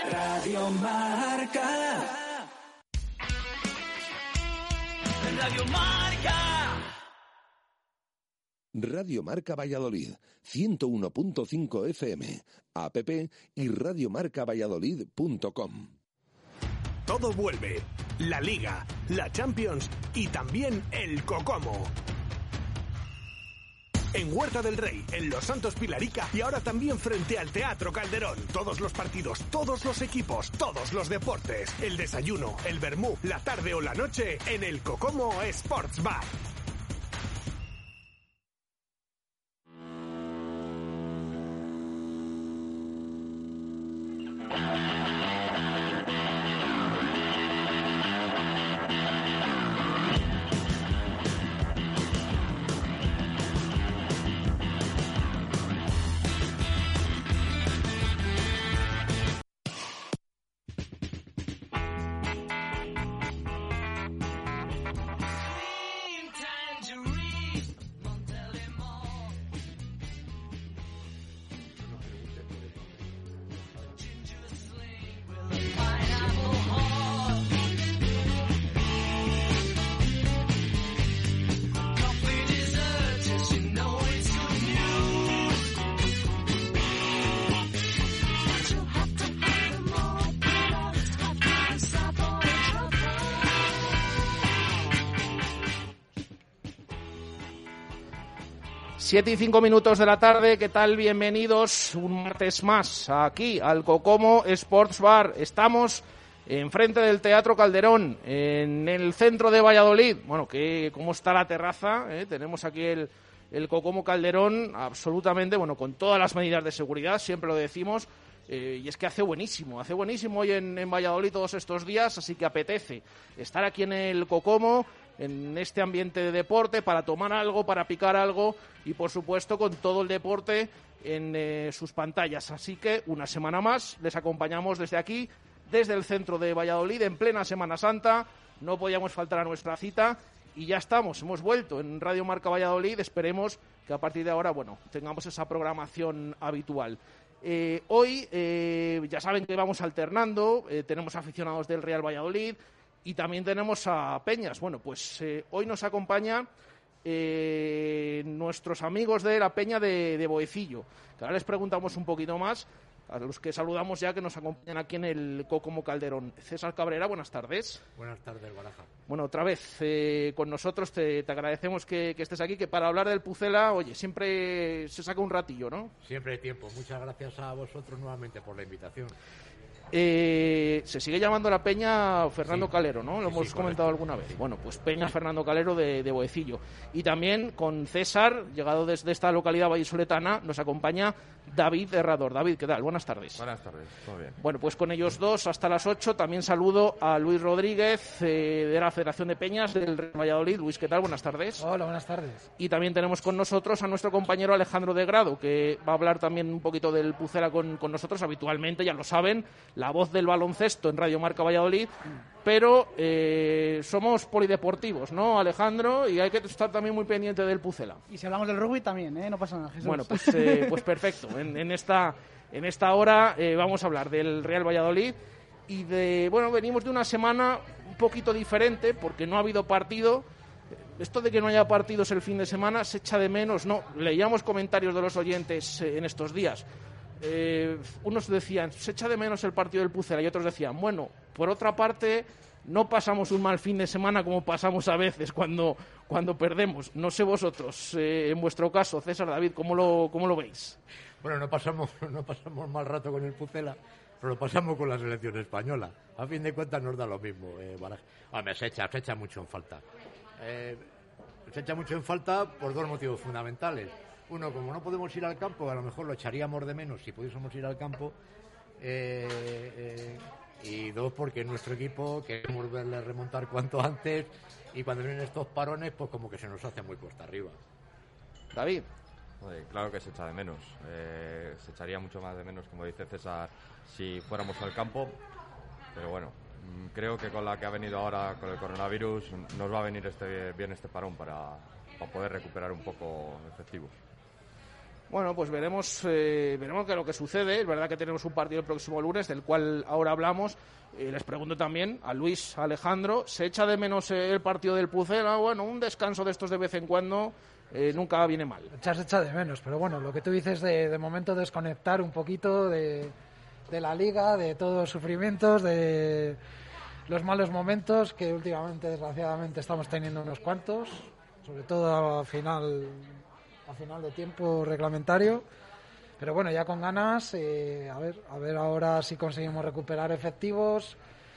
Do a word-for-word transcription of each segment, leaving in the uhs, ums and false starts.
Radio Marca. Radio Marca. Radio Marca Valladolid, ciento uno punto cinco F M, app y radiomarca valladolid punto com. Todo vuelve, la Liga, la Champions y también el Cocomo. En Huerta del Rey, en Los Santos Pilarica y ahora también frente al Teatro Calderón. Todos los partidos, todos los equipos, todos los deportes. El desayuno, el vermú, la tarde o la noche en el Cocomo Sports Bar. Siete y cinco minutos de la tarde, ¿qué tal? Bienvenidos un martes más aquí al Cocomo Sports Bar. Estamos enfrente del Teatro Calderón, en el centro de Valladolid. Bueno, que ¿cómo está la terraza? ¿Eh? Tenemos aquí el, el Cocomo Calderón, absolutamente, bueno, con todas las medidas de seguridad, siempre lo decimos. Eh, y es que hace buenísimo, hace buenísimo hoy en, en Valladolid todos estos días, así que apetece estar aquí en el Cocomo, en este ambiente de deporte, para tomar algo, para picar algo y, por supuesto, con todo el deporte en eh, sus pantallas. Así que, una semana más, les acompañamos desde aquí, desde el centro de Valladolid, en plena Semana Santa. No podíamos faltar a nuestra cita y ya estamos, hemos vuelto en Radio Marca Valladolid. Esperemos que a partir de ahora, bueno, tengamos esa programación habitual. Eh, hoy, eh, ya saben que vamos alternando, eh, tenemos aficionados del Real Valladolid y también tenemos a Peñas. Bueno, pues eh, hoy nos acompaña eh, nuestros amigos de la Peña de, de Boecillo, que ahora les preguntamos un poquito más, a los que saludamos ya, que nos acompañan aquí en el Cocomo Calderón. César Cabrera, buenas tardes. Buenas tardes, Baraja. Bueno, otra vez eh, con nosotros, te, te agradecemos que, que estés aquí, que para hablar del Pucela, oye, siempre se saca un ratillo, ¿no? Siempre hay tiempo. Muchas gracias a vosotros nuevamente por la invitación. Eh, se sigue llamando la Peña Fernando Sí. Calero, ¿no? Lo Sí, hemos sí, comentado correcto. alguna vez. Bueno, pues Peña Fernando Calero de, de Boecillo. Y también con César, llegado desde esta localidad vallisoletana, nos acompaña David Herrador. David, ¿qué tal? Buenas tardes. Buenas tardes, todo bien. Bueno, pues con ellos dos hasta las ocho. También saludo a Luis Rodríguez, eh, de la Federación de Peñas del Real Valladolid. Luis, ¿qué tal? Buenas tardes. Hola, buenas tardes. Y también tenemos con nosotros a nuestro compañero Alejandro de Grado, que va a hablar también un poquito del Pucela con, con nosotros habitualmente, ya lo saben, la voz del baloncesto en Radio Marca Valladolid, pero eh, somos polideportivos, ¿no, Alejandro? Y hay que estar también muy pendiente del Pucela. Y si hablamos del rugby también, ¿eh? No pasa nada, Jesús. Bueno, pues, eh, pues perfecto. En, en esta en esta hora eh, vamos a hablar del Real Valladolid y de, bueno, venimos de una semana un poquito diferente porque no ha habido partido. Esto de que no haya partidos el fin de semana se echa de menos, ¿no? Leíamos comentarios de los oyentes eh, en estos días. Eh, unos decían, se echa de menos el partido del Pucela, y otros decían, bueno, por otra parte, no pasamos un mal fin de semana como pasamos a veces cuando, cuando perdemos. No sé vosotros, eh, en vuestro caso, César, David, ¿cómo lo, cómo lo veis? Bueno, no pasamos, no pasamos mal rato con el Pucela, pero lo pasamos con la selección española. A fin de cuentas nos da lo mismo, eh, Baraja. Hombre, se echa, se echa mucho en falta. Eh, se echa mucho en falta por dos motivos fundamentales. Uno, como no podemos ir al campo, a lo mejor lo echaríamos de menos si pudiésemos ir al campo. Eh, eh, y dos, porque nuestro equipo queremos verle remontar cuanto antes, y cuando vienen estos parones, pues como que se nos hace muy cuesta arriba. David. Joder, claro que se echa de menos. Eh, se echaría mucho más de menos, como dice César, si fuéramos al campo. Pero bueno, creo que con la que ha venido ahora con el coronavirus nos va a venir este bien este parón para, para poder recuperar un poco efectivos. Bueno, pues veremos eh, veremos qué es lo que sucede. Es verdad que tenemos un partido el próximo lunes, del cual ahora hablamos. Eh, les pregunto también a Luis, a Alejandro, ¿se echa de menos eh, el partido del Pucela? Bueno, un descanso de estos de vez en cuando eh, nunca viene mal. Echar se echa de menos, pero bueno, lo que tú dices de, de momento desconectar un poquito de, de la liga, de todos los sufrimientos, de los malos momentos, que últimamente, desgraciadamente, estamos teniendo unos cuantos, sobre todo a final... a final de tiempo reglamentario, pero bueno, ya con ganas, eh, a ver, a ver ahora si conseguimos recuperar efectivos,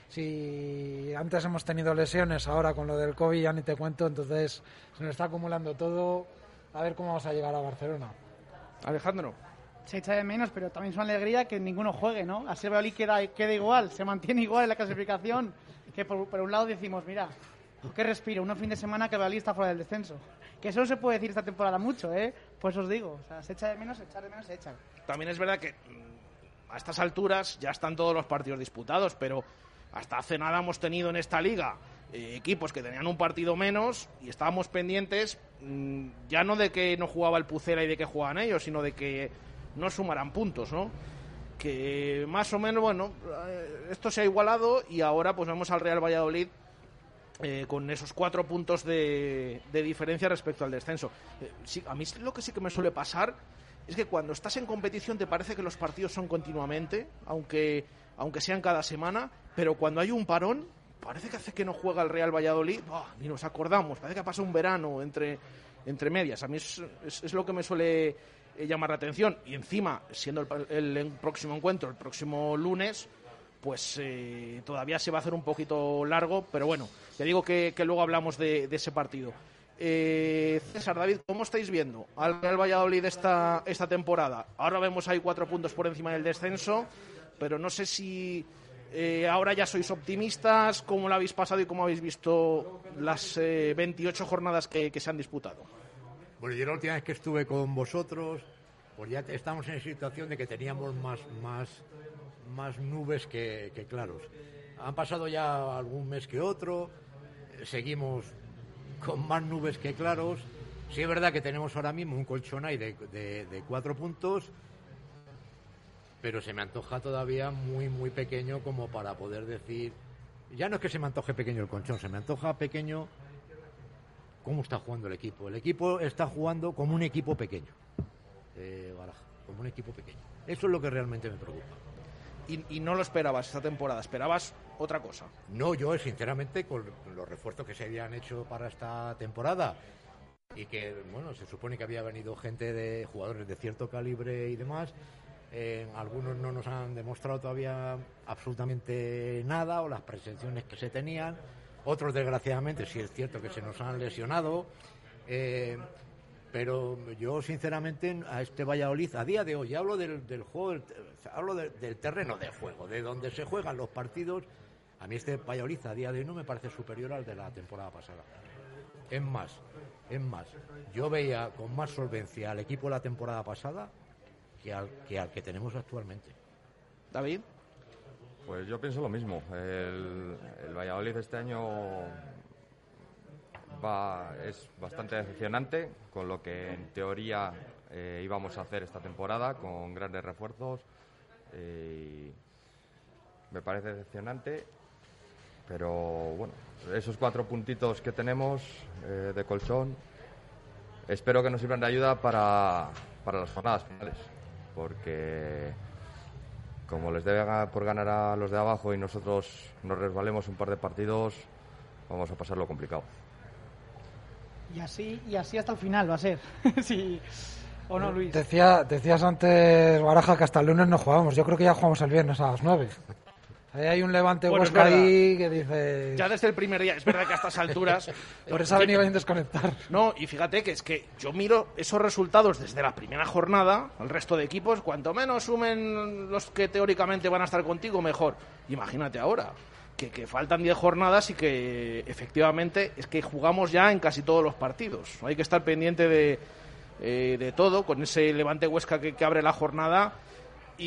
si antes hemos tenido lesiones, ahora con lo del COVID ya ni te cuento, entonces se nos está acumulando todo, a ver cómo vamos a llegar a Barcelona. Alejandro. Se echa de menos, pero también es una alegría que ninguno juegue, ¿no? Así el Valladolid queda, queda igual, se mantiene igual en la clasificación, que por, por un lado decimos, mira, qué respiro, un fin de semana que el Valladolid está fuera del descenso. Que eso no se puede decir esta temporada mucho, ¿eh? Pues os digo, o sea, se echa de menos, se echa de menos, se echa. También es verdad que a estas alturas ya están todos los partidos disputados, pero hasta hace nada hemos tenido en esta liga eh, equipos que tenían un partido menos y estábamos pendientes mmm, ya no de que no jugaba el Pucela y de que jugaban ellos, sino de que no sumaran puntos, ¿no? Que más o menos, bueno, eh, esto se ha igualado y ahora pues vemos al Real Valladolid Eh, con esos cuatro puntos de, de diferencia respecto al descenso. Eh, sí, a mí lo que sí que me suele pasar es que cuando estás en competición te parece que los partidos son continuamente, aunque, aunque sean cada semana, pero cuando hay un parón, parece que hace que no juega el Real Valladolid, ¡oh!, ni nos acordamos, parece que ha pasado un verano entre, entre medias. A mí es, es, es lo que me suele eh, llamar la atención. Y encima, siendo el, el, el próximo encuentro, el próximo lunes, pues eh, todavía se va a hacer un poquito largo, pero bueno, ya digo que, que luego hablamos de, de ese partido. Eh, César, David, ¿cómo estáis viendo al Real Valladolid esta, esta temporada? Ahora vemos ahí cuatro puntos por encima del descenso, pero no sé si eh, ahora ya sois optimistas, cómo lo habéis pasado y cómo habéis visto las eh, veintiocho jornadas que, que se han disputado. Bueno, yo la última vez que estuve con vosotros, pues ya estamos en situación de que teníamos más... más más nubes que, que claros. Han pasado ya algún mes que otro, seguimos con más nubes que claros. Sí es verdad que tenemos ahora mismo un colchón ahí de, de, de cuatro puntos, pero se me antoja todavía muy, muy pequeño como para poder decir... Ya no es que se me antoje pequeño el colchón, se me antoja pequeño cómo está jugando el equipo. El equipo está jugando como un equipo pequeño, eh, Baraja, como un equipo pequeño. Eso es lo que realmente me preocupa. Y, y no lo esperabas esta temporada, esperabas otra cosa. No, yo sinceramente con los refuerzos que se habían hecho para esta temporada y que, bueno, se supone que había venido gente de jugadores de cierto calibre y demás, eh, algunos no nos han demostrado todavía absolutamente nada o las pretensiones que se tenían, otros desgraciadamente sí es cierto que se nos han lesionado, eh, pero yo sinceramente a este Valladolid a día de hoy hablo del, del juego del, hablo del, del terreno de juego, de donde se juegan los partidos. A mí este Valladolid a día de hoy no me parece superior al de la temporada pasada. Es más, es más, yo veía con más solvencia al equipo de la temporada pasada que al que, al que tenemos actualmente. David. Pues yo pienso lo mismo. El, el Valladolid este año Va, es bastante decepcionante con lo que en teoría eh, íbamos a hacer esta temporada, con grandes refuerzos. Eh, me parece decepcionante, pero bueno, esos cuatro puntitos que tenemos eh, de colchón, espero que nos sirvan de ayuda para, para las jornadas finales, porque como les debe por ganar a los de abajo y nosotros nos resbalemos un par de partidos, vamos a pasarlo complicado. Y así, y así hasta el final va a ser. Sí. ¿O no, Luis? Decía, decías antes, Baraja, que hasta el lunes no jugamos. Yo creo que ya jugamos el viernes a las nueve. Ahí hay un Levante bueno, Huesca ahí que dice... Ya desde el primer día, es verdad que a estas alturas... Por eso ha venido bien desconectar. No, y fíjate que es que yo miro esos resultados desde la primera jornada, el resto de equipos, cuanto menos sumen los que teóricamente van a estar contigo, mejor. Imagínate ahora. Que, que faltan diez jornadas y que efectivamente es que jugamos ya en casi todos los partidos. Hay que estar pendiente de, eh, de todo, con ese Levante Huesca que, que abre la jornada.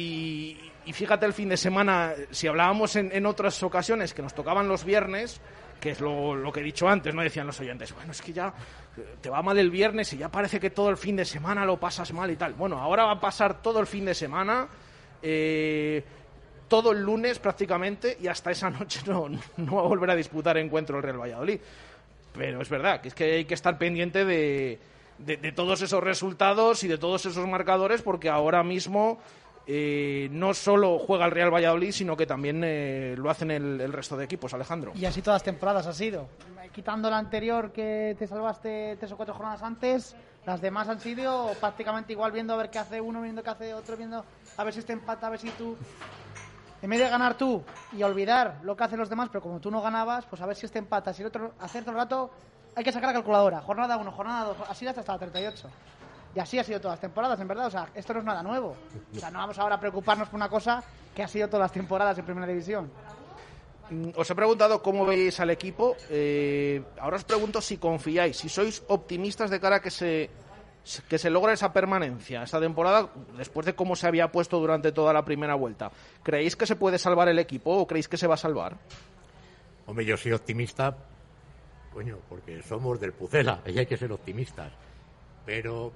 Y, y fíjate el fin de semana, si hablábamos en, en otras ocasiones que nos tocaban los viernes, que es lo, lo que he dicho antes, ¿no? Decían los oyentes, bueno, es que ya te va mal el viernes y ya parece que todo el fin de semana lo pasas mal y tal. Bueno, ahora va a pasar todo el fin de semana, eh, todo el lunes prácticamente, y hasta esa noche no, no va a volver a disputar encuentro el Real Valladolid. Pero es verdad que es que hay que estar pendiente de, de, de todos esos resultados y de todos esos marcadores, porque ahora mismo eh, no solo juega el Real Valladolid, sino que también eh, lo hacen el, el resto de equipos, Alejandro. Y así todas las temporadas ha sido. Quitando la anterior que te salvaste tres o cuatro jornadas antes, las demás han sido prácticamente igual, viendo a ver qué hace uno, viendo qué hace otro, viendo a ver si este empata, a ver si tú... En vez de ganar tú y olvidar lo que hacen los demás, pero como tú no ganabas, pues a ver si este empata, si el otro... Hacer todo el rato hay que sacar la calculadora. Jornada uno, jornada dos, así hasta la treinta y ocho. Y así ha sido todas las temporadas, en verdad. O sea, esto no es nada nuevo. O sea, no vamos ahora a preocuparnos por una cosa que ha sido todas las temporadas en Primera División. Os he preguntado cómo veis al equipo. Eh, ahora os pregunto si confiáis, si sois optimistas de cara a que se, que se logre esa permanencia esta temporada, después de cómo se había puesto durante toda la primera vuelta. ¿Creéis que se puede salvar el equipo o creéis que se va a salvar? Hombre, yo soy optimista, coño, porque somos del Pucela y hay que ser optimistas. Pero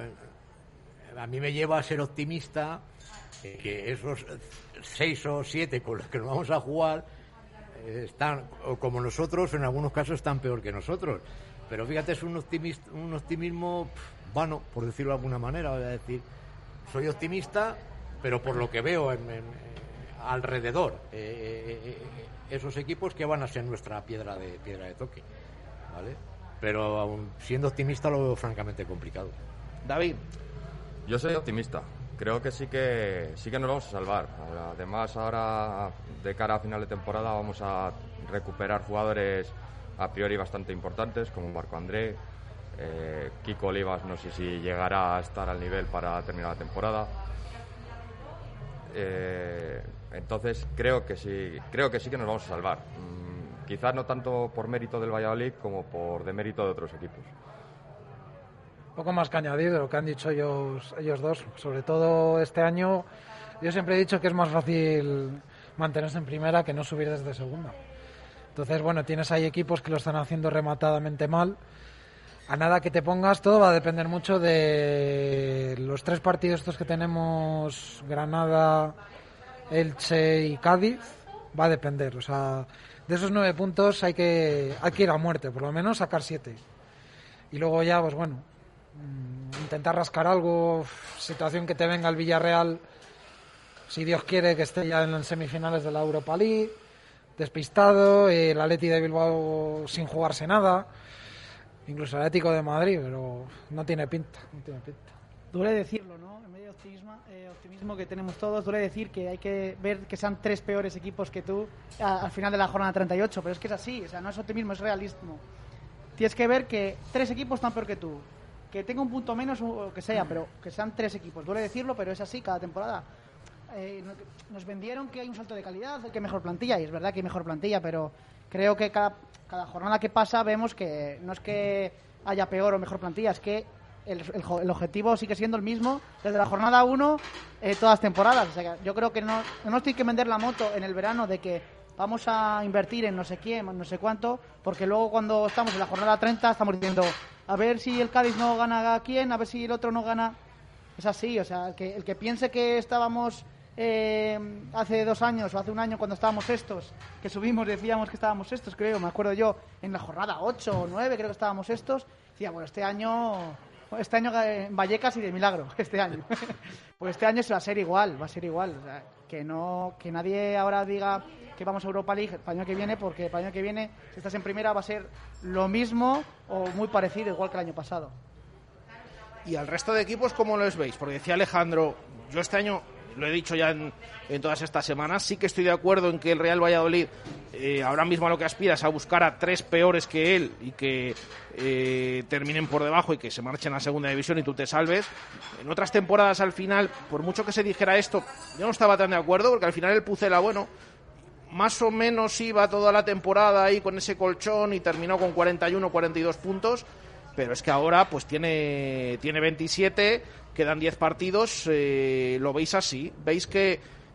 a mí me lleva a ser optimista eh, que esos seis o siete con los que nos vamos a jugar eh, están, o como nosotros, en algunos casos están peor que nosotros. Pero fíjate, es un, optimist, un optimismo pff, vano, por decirlo de alguna manera. Voy a decir, soy optimista, pero por lo que veo en, en, alrededor, eh, eh, esos equipos que van a ser nuestra piedra de piedra de toque, ¿vale? Pero aún siendo optimista lo veo francamente complicado. David. Yo soy optimista. Creo que sí que sí que nos vamos a salvar. Además, ahora de cara a final de temporada vamos a recuperar jugadores a priori bastante importantes, como Marco André, eh, Kiko Olivas, no sé si llegará a estar al nivel para terminar la temporada. Eh, entonces creo que sí, creo que sí que nos vamos a salvar. Mm, quizás no tanto por mérito del Valladolid como por demérito de otros equipos. Un poco más que añadido lo que han dicho ellos, ellos dos. Sobre todo este año, yo siempre he dicho que es más fácil mantenerse en primera que no subir desde segunda. Entonces, bueno, tienes ahí equipos que lo están haciendo rematadamente mal. A nada que te pongas, todo va a depender mucho de los tres partidos estos que tenemos, Granada, Elche y Cádiz. Va a depender, o sea, de esos nueve puntos hay que, hay que ir a muerte, por lo menos sacar siete. Y luego ya, pues bueno, intentar rascar algo, situación que te venga el Villarreal, si Dios quiere que esté ya en las semifinales de la Europa League, despistado, el Atleti de Bilbao sin jugarse nada, incluso el Atlético de Madrid, pero no tiene pinta, no tiene pinta. Duele decirlo, ¿no? En medio de optimismo, eh, optimismo que tenemos todos, duele decir que hay que ver que sean tres peores equipos que tú a, al final de la jornada treinta y ocho, pero es que es así, o sea, no es optimismo, es realismo. Tienes que ver que tres equipos están peor que tú, que tenga un punto menos o lo que sea, pero que sean tres equipos. Duele decirlo, pero es así cada temporada. Eh, nos vendieron que hay un salto de calidad, que hay mejor plantilla, y es verdad que hay mejor plantilla, pero creo que cada, cada jornada que pasa vemos que no es que haya peor o mejor plantilla, es que el, el, el objetivo sigue siendo el mismo desde la jornada uno eh, todas las temporadas. O sea, yo creo que no, no nos tiene que vender la moto en el verano de que vamos a invertir en no sé quién, no sé cuánto, porque luego cuando estamos en la jornada treinta estamos diciendo a ver si el Cádiz no gana a quién, a ver si el otro no gana. Es así, o sea, el que, el que piense que estábamos eh, hace dos años o hace un año cuando estábamos estos, que subimos decíamos que estábamos estos, creo, me acuerdo yo, en la jornada ocho o nueve creo que estábamos estos, decía, bueno, este año... Este año en Vallecas y de milagro, este año. Pues este año se va a ser igual, va a ser igual. O sea, que no, que nadie ahora diga que vamos a Europa League el año que viene, porque el año que viene, si estás en primera, va a ser lo mismo o muy parecido, igual que el año pasado. ¿Y al resto de equipos cómo los veis? Porque decía Alejandro, yo este año, lo he dicho ya en, en todas estas semanas, sí que estoy de acuerdo en que el Real Valladolid eh, ahora mismo a lo que aspira es a buscar a tres peores que él y que eh, terminen por debajo y que se marchen a segunda división y tú te salves. En otras temporadas al final, por mucho que se dijera esto, yo no estaba tan de acuerdo, porque al final el Pucela, bueno, más o menos iba toda la temporada ahí con ese colchón y terminó con cuarenta y uno, cuarenta y dos puntos, pero es que ahora pues tiene, tiene veintisiete, quedan diez partidos. Eh, ¿lo veis así? ¿Veis que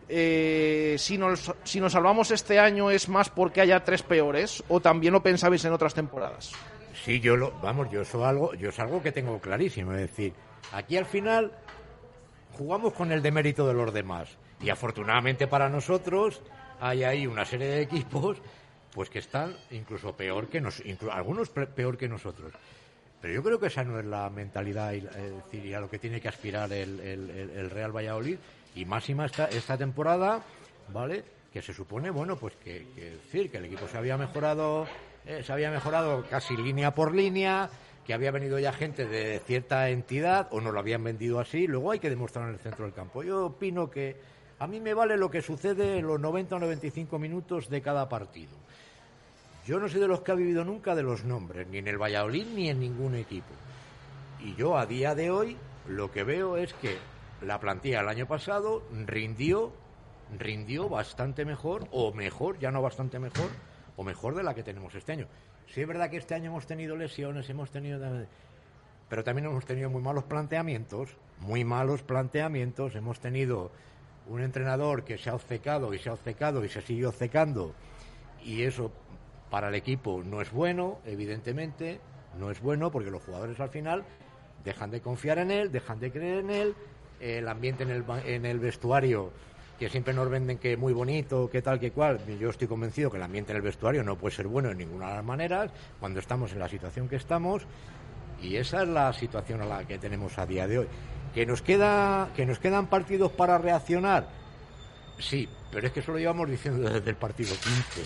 eh, si, nos, si nos salvamos este año es más porque haya tres peores o también lo pensabais en otras temporadas? Sí, yo lo, vamos, yo eso algo, yo es algo que tengo clarísimo, es decir, aquí al final jugamos con el demérito de los demás y afortunadamente para nosotros hay ahí una serie de equipos pues que están incluso peor que nos, incluso, algunos peor que nosotros. Pero yo creo que esa no es la mentalidad y, es decir, y a lo que tiene que aspirar el, el, el Real Valladolid y máxima esta, esta temporada, ¿vale? Que se supone, bueno, pues que, que decir que el equipo se había mejorado, eh, se había mejorado casi línea por línea, que había venido ya gente de cierta entidad o nos lo habían vendido así, luego hay que demostrar en el centro del campo. Yo opino que a mí me vale lo que sucede en los noventa o noventa y cinco minutos de cada partido. Yo no soy de los que ha vivido nunca de los nombres, ni en el Valladolid ni en ningún equipo. Y yo a día de hoy lo que veo es que la plantilla el año pasado rindió, rindió bastante mejor, o mejor, ya no bastante mejor, o mejor de la que tenemos este año. Sí es verdad que este año hemos tenido lesiones, hemos tenido... pero también hemos tenido muy malos planteamientos, muy malos planteamientos. Hemos tenido un entrenador que se ha obcecado y se ha obcecado y se sigue obcecando, y eso para el equipo no es bueno, evidentemente, no es bueno, porque los jugadores al final dejan de confiar en él, dejan de creer en él, el ambiente en el, en el vestuario, que siempre nos venden que muy bonito, que tal, que cual. Yo estoy convencido que el ambiente en el vestuario no puede ser bueno de ninguna de las maneras cuando estamos en la situación que estamos, y esa es la situación a la que tenemos a día de hoy. ¿Que nos queda, que nos quedan partidos para reaccionar? Sí, pero es que eso lo llevamos diciendo desde el partido quince,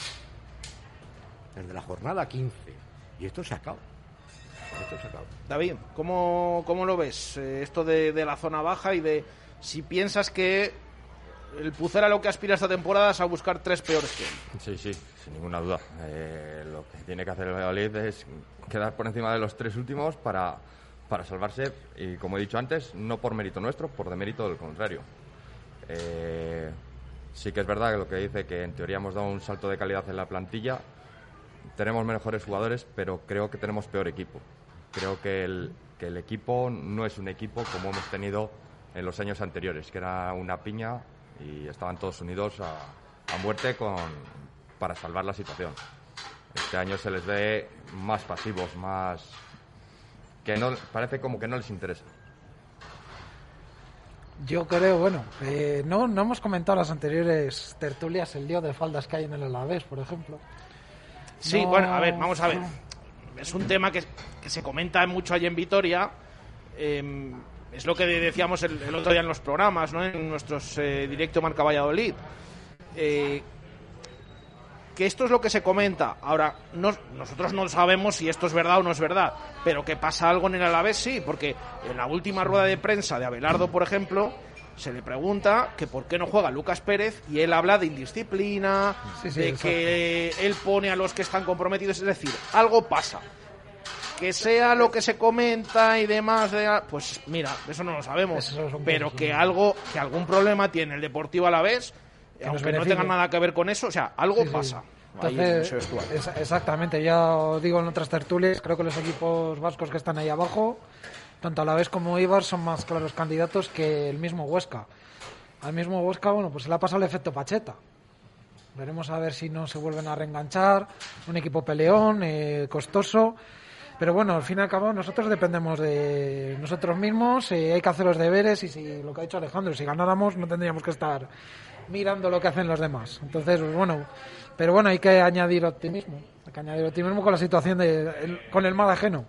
desde la jornada quince, y esto se acaba. Esto se acaba. David, ¿cómo, cómo lo ves? Eh, esto de, de la zona baja y de si piensas que el Pucela lo que aspira esta temporada es a buscar tres peores que él. Sí, sí, sin ninguna duda. Eh, lo que tiene que hacer el Valladolid es quedar por encima de los tres últimos para, para salvarse, y como he dicho antes, no por mérito nuestro, por demérito del contrario. Eh, sí que es verdad que lo que dice, que en teoría hemos dado un salto de calidad en la plantilla, tenemos mejores jugadores, pero creo que tenemos peor equipo. Creo que el, que el equipo no es un equipo como hemos tenido en los años anteriores, que era una piña y estaban todos unidos a, a muerte con, para salvar la situación. Este año se les ve más pasivos, más... que no parece como que no les interesa. Yo creo, bueno, eh, no, no hemos comentado las anteriores tertulias el lío de faldas que hay en el Alavés, por ejemplo. Sí, no... bueno, a ver, vamos a ver. Es un tema que, que se comenta mucho allí en Vitoria. Eh, es lo que decíamos el, el otro día en los programas, ¿no? En nuestros eh, directo Marca Valladolid. Eh, que esto es lo que se comenta. Ahora, no, nosotros no sabemos si esto es verdad o no es verdad, pero que pasa algo en el Alavés, sí, porque en la última rueda de prensa de Abelardo, por ejemplo, se le pregunta que por qué no juega Lucas Pérez y él habla de indisciplina, sí, sí, de exacto. que él pone a los que están comprometidos, es decir, algo pasa. Que sea lo que se comenta y demás, de, pues mira, eso no lo sabemos, pero que algo, que algún problema tiene el Deportivo Alavés, que aunque no tenga nada que ver con eso, o sea, algo sí, pasa. Sí. Entonces, es, exactamente, ya os digo en otras tertulias, creo que los equipos vascos que están ahí abajo, tanto Alavés como Eibar, son más claros candidatos que el mismo Huesca. Al mismo Huesca, bueno, pues se le ha pasado el efecto Pacheta. Veremos a ver si no se vuelven a reenganchar. Un equipo peleón, eh, costoso. Pero bueno, al fin y al cabo nosotros dependemos de nosotros mismos, eh, hay que hacer los deberes, y si lo que ha dicho Alejandro, si ganáramos no tendríamos que estar mirando lo que hacen los demás. Entonces, pues bueno, pero bueno, hay que añadir optimismo, hay que añadir optimismo con la situación de el, con el mal ajeno.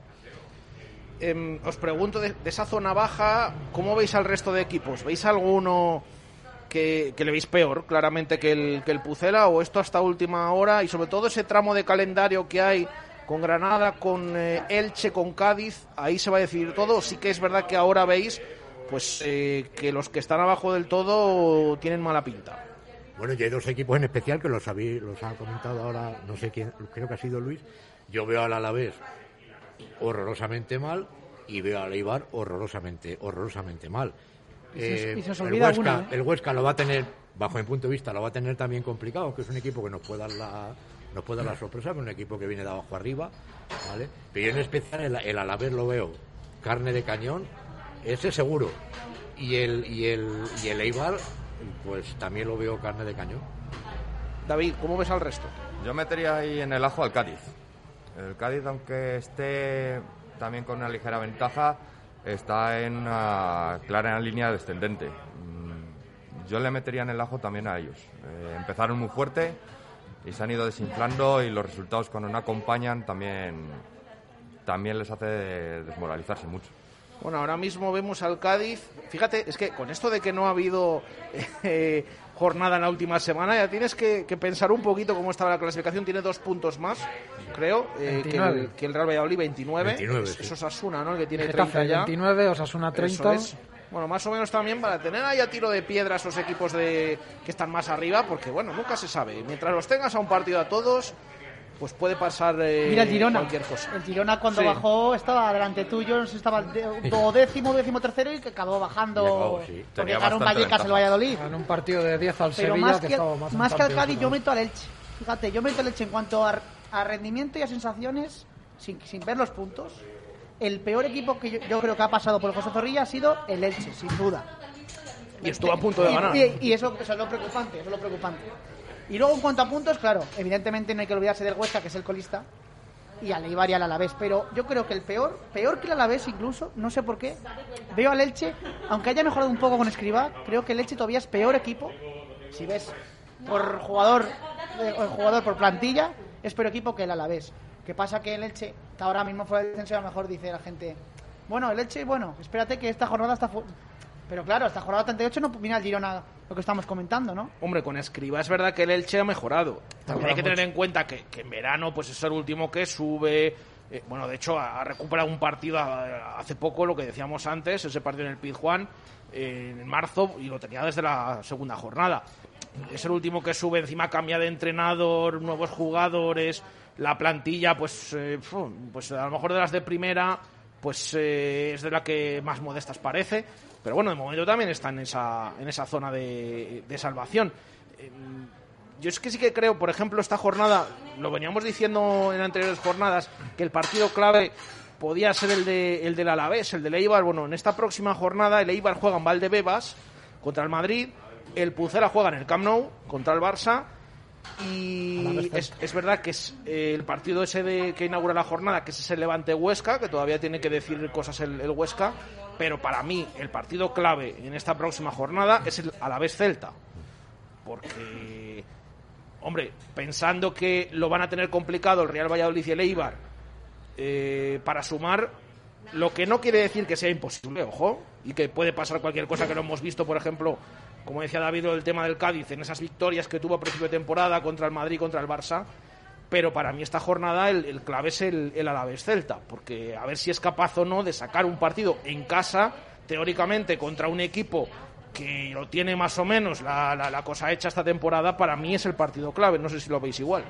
Eh, os pregunto, de, de esa zona baja, ¿cómo veis al resto de equipos? ¿Veis alguno que, que le veis peor, claramente, que el, que el Pucela, o esto hasta última hora, y sobre todo ese tramo de calendario que hay con Granada, con eh, Elche, con Cádiz, ahí se va a decidir todo? Sí que es verdad que ahora veis pues eh, que los que están abajo del todo tienen mala pinta. Bueno, y hay dos equipos en especial que los, habéis, los ha comentado ahora, no sé quién, creo que ha sido Luis. Yo veo al Alavés horrorosamente mal y veo al Eibar horrorosamente, horrorosamente mal. Eh, y se os el, olvida Huesca, alguna, ¿eh? el Huesca lo va a tener, bajo mi punto de vista, lo va a tener también complicado, que es un equipo que nos puede dar la... nos puede dar la sorpresa, pero un equipo que viene de abajo arriba, ¿vale? Pero yo en especial el, el Alavés lo veo carne de cañón, ese seguro, y el y el y el Eibar pues también lo veo carne de cañón. David, ¿cómo ves al resto? Yo metería ahí en el ajo al Cádiz. El Cádiz, aunque esté también con una ligera ventaja, está en una clara línea descendente. Yo le metería en el ajo también a ellos. Eh, empezaron muy fuerte y se han ido desinflando, y los resultados cuando no acompañan también, también les hace desmoralizarse mucho. Bueno, ahora mismo vemos al Cádiz. Fíjate, es que con esto de que no ha habido eh, jornada en la última semana, ya tienes que, que pensar un poquito cómo estaba la clasificación. Tiene dos puntos más, creo, eh, que, el, que el Real Valladolid, veintinueve. veintinueve, es, sí. Eso es Osasuna, ¿no? El que tiene Getafe, treinta ya. veintinueve, Osasuna treinta. Eso es. Bueno, más o menos también para tener ahí a tiro de piedra esos equipos de que están más arriba, porque bueno, nunca se sabe. Mientras los tengas a un partido a todos, pues puede pasar eh, Mira el Girona. cualquier cosa. El Girona cuando Sí. bajó estaba delante tuyo, no sé si estaba el de- duodécimo, décimo tercero, y que acabó bajando Y acabó, sí. porque Tenía ganó un bastante Vallecas el ventaja. Valladolid. En un partido de diez al Pero Sevilla, más que, que, estaba más, más que al empate, Cádiz, yo otra vez. meto al Elche. Fíjate, yo meto al Elche en cuanto a, a rendimiento y a sensaciones, sin, sin ver los puntos. El peor equipo que yo, yo creo que ha pasado por el José Zorrilla ha sido el Elche, sin duda. Y estuvo a punto de Y- ganar. Y, y eso, eso es lo preocupante, eso es lo preocupante. Y luego en cuanto a puntos, claro, evidentemente no hay que olvidarse del Huesca, que es el colista, y al Eibar y al Alavés, pero yo creo que el peor, peor que el Alavés incluso, no sé por qué, veo al Elche, aunque haya mejorado un poco con Escribá, creo que el Elche todavía es peor equipo, si ves por jugador, eh, el jugador por plantilla, es peor equipo que el Alavés. ¿Qué pasa? Que el Elche está ahora mismo fuera del descenso, y a lo mejor dice la gente, bueno, el Elche, bueno, espérate que esta jornada está fu-". Pero claro, esta jornada treinta y ocho no mira el Girona, lo que estamos comentando, ¿no? Hombre, con Escribá es verdad que el Elche ha mejorado. También hay que mejorado tener en cuenta que, que en verano pues es el último que sube. Eh, bueno, de hecho, ha, ha recuperado un partido a- hace poco, lo que decíamos antes, ese partido en el Pizjuán, eh, en marzo, y lo tenía desde la segunda jornada. Es el último que sube, encima cambia de entrenador, nuevos jugadores, la plantilla, pues, eh, fu, pues a lo mejor de las de primera, pues eh, es de la que más modestas parece. Pero bueno, de momento también está en esa, en esa zona de, de salvación. Eh, Yo es que sí que creo, por ejemplo, esta jornada, lo veníamos diciendo en anteriores jornadas, que el partido clave podía ser el de el del Alavés, el del Eibar. Bueno, en esta próxima jornada el Eibar juega en Valdebebas contra el Madrid, el Pucela juega en el Camp Nou contra el Barça, y es, es verdad que es eh, el partido ese de, que inaugura la jornada, que es ese Levante Huesca, que todavía tiene que decir cosas el, el Huesca, pero para mí el partido clave en esta próxima jornada es el Alavés Celta, porque, hombre, pensando que lo van a tener complicado el Real Valladolid y el Eibar eh, para sumar, lo que no quiere decir que sea imposible, ojo, y que puede pasar cualquier cosa, que lo hemos visto, por ejemplo, como decía David, el tema del Cádiz, en esas victorias que tuvo a principio de temporada contra el Madrid, contra el Barça. Pero para mí esta jornada el, el clave es el, el Alavés Celta, porque a ver si es capaz o no de sacar un partido en casa, teóricamente contra un equipo que lo tiene más o menos la, la, la cosa hecha esta temporada. Para mí es el partido clave, no sé si lo veis igual.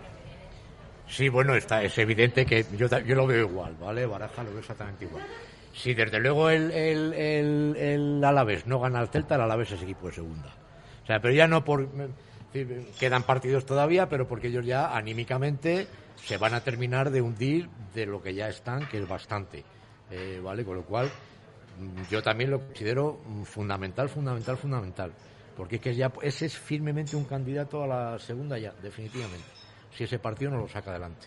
Sí, bueno, está, es evidente que yo, ta- yo lo veo igual, ¿vale? Baraja lo veo exactamente igual. Si desde luego el, el, el, el Alavés no gana al Celta, el Alavés es equipo de segunda. O sea, pero ya no por... Quedan partidos todavía, pero porque ellos ya anímicamente se van a terminar de hundir de lo que ya están, que es bastante. Eh, ¿Vale? Con lo cual, yo también lo considero fundamental, fundamental, fundamental. Porque es que ya ese es firmemente un candidato a la segunda ya, definitivamente. Si ese partido no lo saca adelante.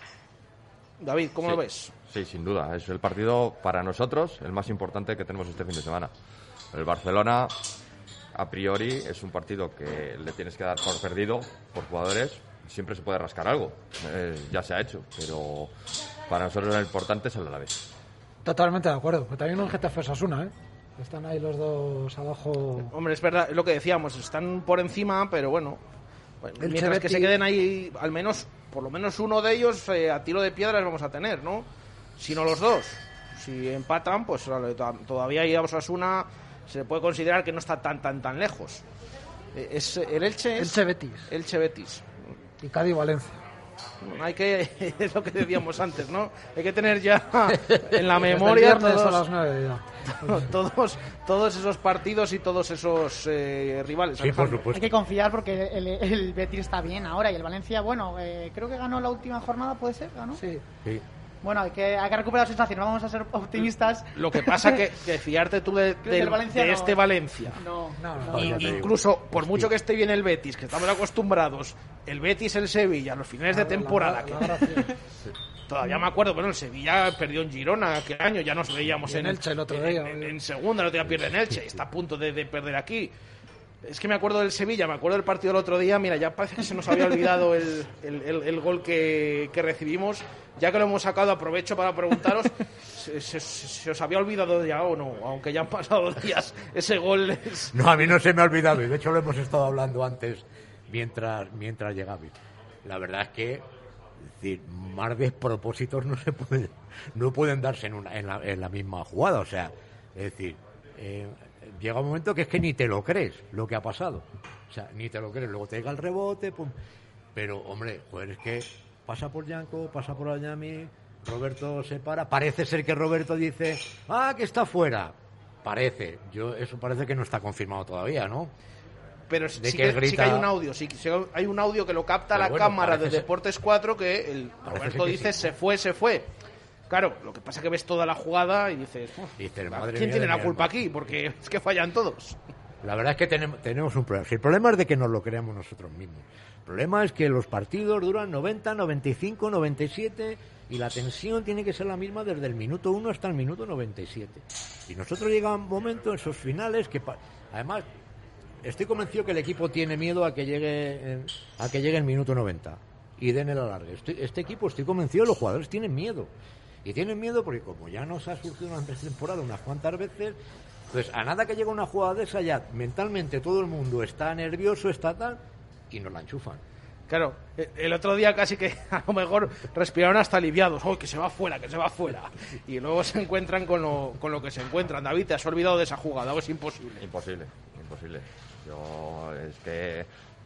David, ¿cómo Sí. lo ves? Sí, sin duda. Es el partido para nosotros el más importante que tenemos este fin de semana. El Barcelona, a priori, es un partido que le tienes que dar por perdido por jugadores. Siempre se puede rascar algo. Eh, ya se ha hecho. Pero para nosotros lo importante es el Alavés. Totalmente de acuerdo. Pero también un Getafe Osasuna, ¿eh? Están ahí los dos abajo. Hombre, es verdad, es lo que decíamos, están por encima, pero bueno, bueno, El mientras que Cheveti- se queden ahí, al menos, por lo menos uno de ellos eh, a tiro de piedras vamos a tener, ¿no? Si no los dos. Si empatan, pues vale, to- todavía ahí a Osasuna se puede considerar que no está tan, tan, tan lejos. Eh, Es, el Elche es... Elche Betis. Elche Betis. Y Cádiz Valencia. Hay que, es lo que decíamos antes, ¿no? Hay que tener ya en la Desde el memoria viernes todos, a las nueve ya. todos, todos esos partidos y todos esos eh, rivales. Sí, por Alejandro. supuesto. Hay que confiar porque el, el Betis está bien ahora y el Valencia, bueno, eh, creo que ganó la última jornada, ¿puede ser? ¿Ganó? Sí. Sí. Bueno, hay que, hay que recuperar la sensación, no vamos a ser optimistas. Lo que pasa que, que fiarte tú de, Que del- el Valencia de no- este Valencia. No, No, no, no, Y- no, te digo. incluso, por mucho que esté bien el Betis, que estamos acostumbrados, el Betis, el Sevilla, a los finales de La- la- temporada, la que gracia. todavía me acuerdo, bueno, el Sevilla perdió en Girona aquel año, ya nos veíamos Y en Elche el otro en- día. En, en segunda, el otro día pierde en Elche, está a punto de, de perder aquí. Es que me acuerdo del Sevilla, me acuerdo del partido del otro día, mira, ya parece que se nos había olvidado el, el- el- el gol que, que recibimos, ya que lo hemos sacado, aprovecho para preguntaros, ¿se, se- se os había olvidado ya o no? Aunque ya han pasado días, ese gol es... No, a mí no se me ha olvidado, y de hecho lo hemos estado hablando antes mientras mientras llegaba. La verdad es que, es decir, más despropósitos no se pueden, no pueden darse en, una, en, la, en la misma jugada. O sea, es decir, eh, llega un momento que es que ni te lo crees lo que ha pasado. O sea, ni te lo crees. Luego te llega el rebote, pum. Pero, hombre, joder, es que pasa por Yanko, pasa por Añami, Roberto se para. Parece ser que Roberto dice, ah, que está fuera. Parece. Yo, eso parece que no está confirmado todavía, ¿no? Pero sí, de sí que que, sí grita- que hay un audio, sí, sí que hay un audio que lo capta Pero la bueno, cámara de parece ser- Deportes cuatro que el Parece Roberto ser que dice sí. se fue, se fue. Claro, lo que pasa es que ves toda la jugada y dices, "Uf, Dices, madre ¿quién mía tiene de la mi culpa alma". aquí? Porque es que fallan todos. La verdad es que tenemos, tenemos un problema. Si el problema es de que nos lo creamos nosotros mismos. El problema es que los partidos duran noventa, noventa y cinco, noventa y siete y la tensión tiene que ser la misma desde el minuto uno hasta el minuto noventa y siete. Y nosotros llega un momento en esos finales que, pa- además, estoy convencido que el equipo tiene miedo a que llegue eh, a que llegue el minuto noventa y den el alargue. Estoy- este equipo, estoy convencido, los jugadores tienen miedo. Y tienen miedo porque como ya nos ha surgido una temporada unas cuantas veces, pues a nada que llegue una jugada de esa ya mentalmente todo el mundo está nervioso, está tal, y nos la enchufan. Claro, e- el otro día casi que a lo mejor respiraron hasta aliviados. ¡Oh, que se va fuera, que se va fuera! Y luego se encuentran con lo, con lo que se encuentran. David, te has olvidado de esa jugada, o es imposible. Imposible, imposible. Yo, es que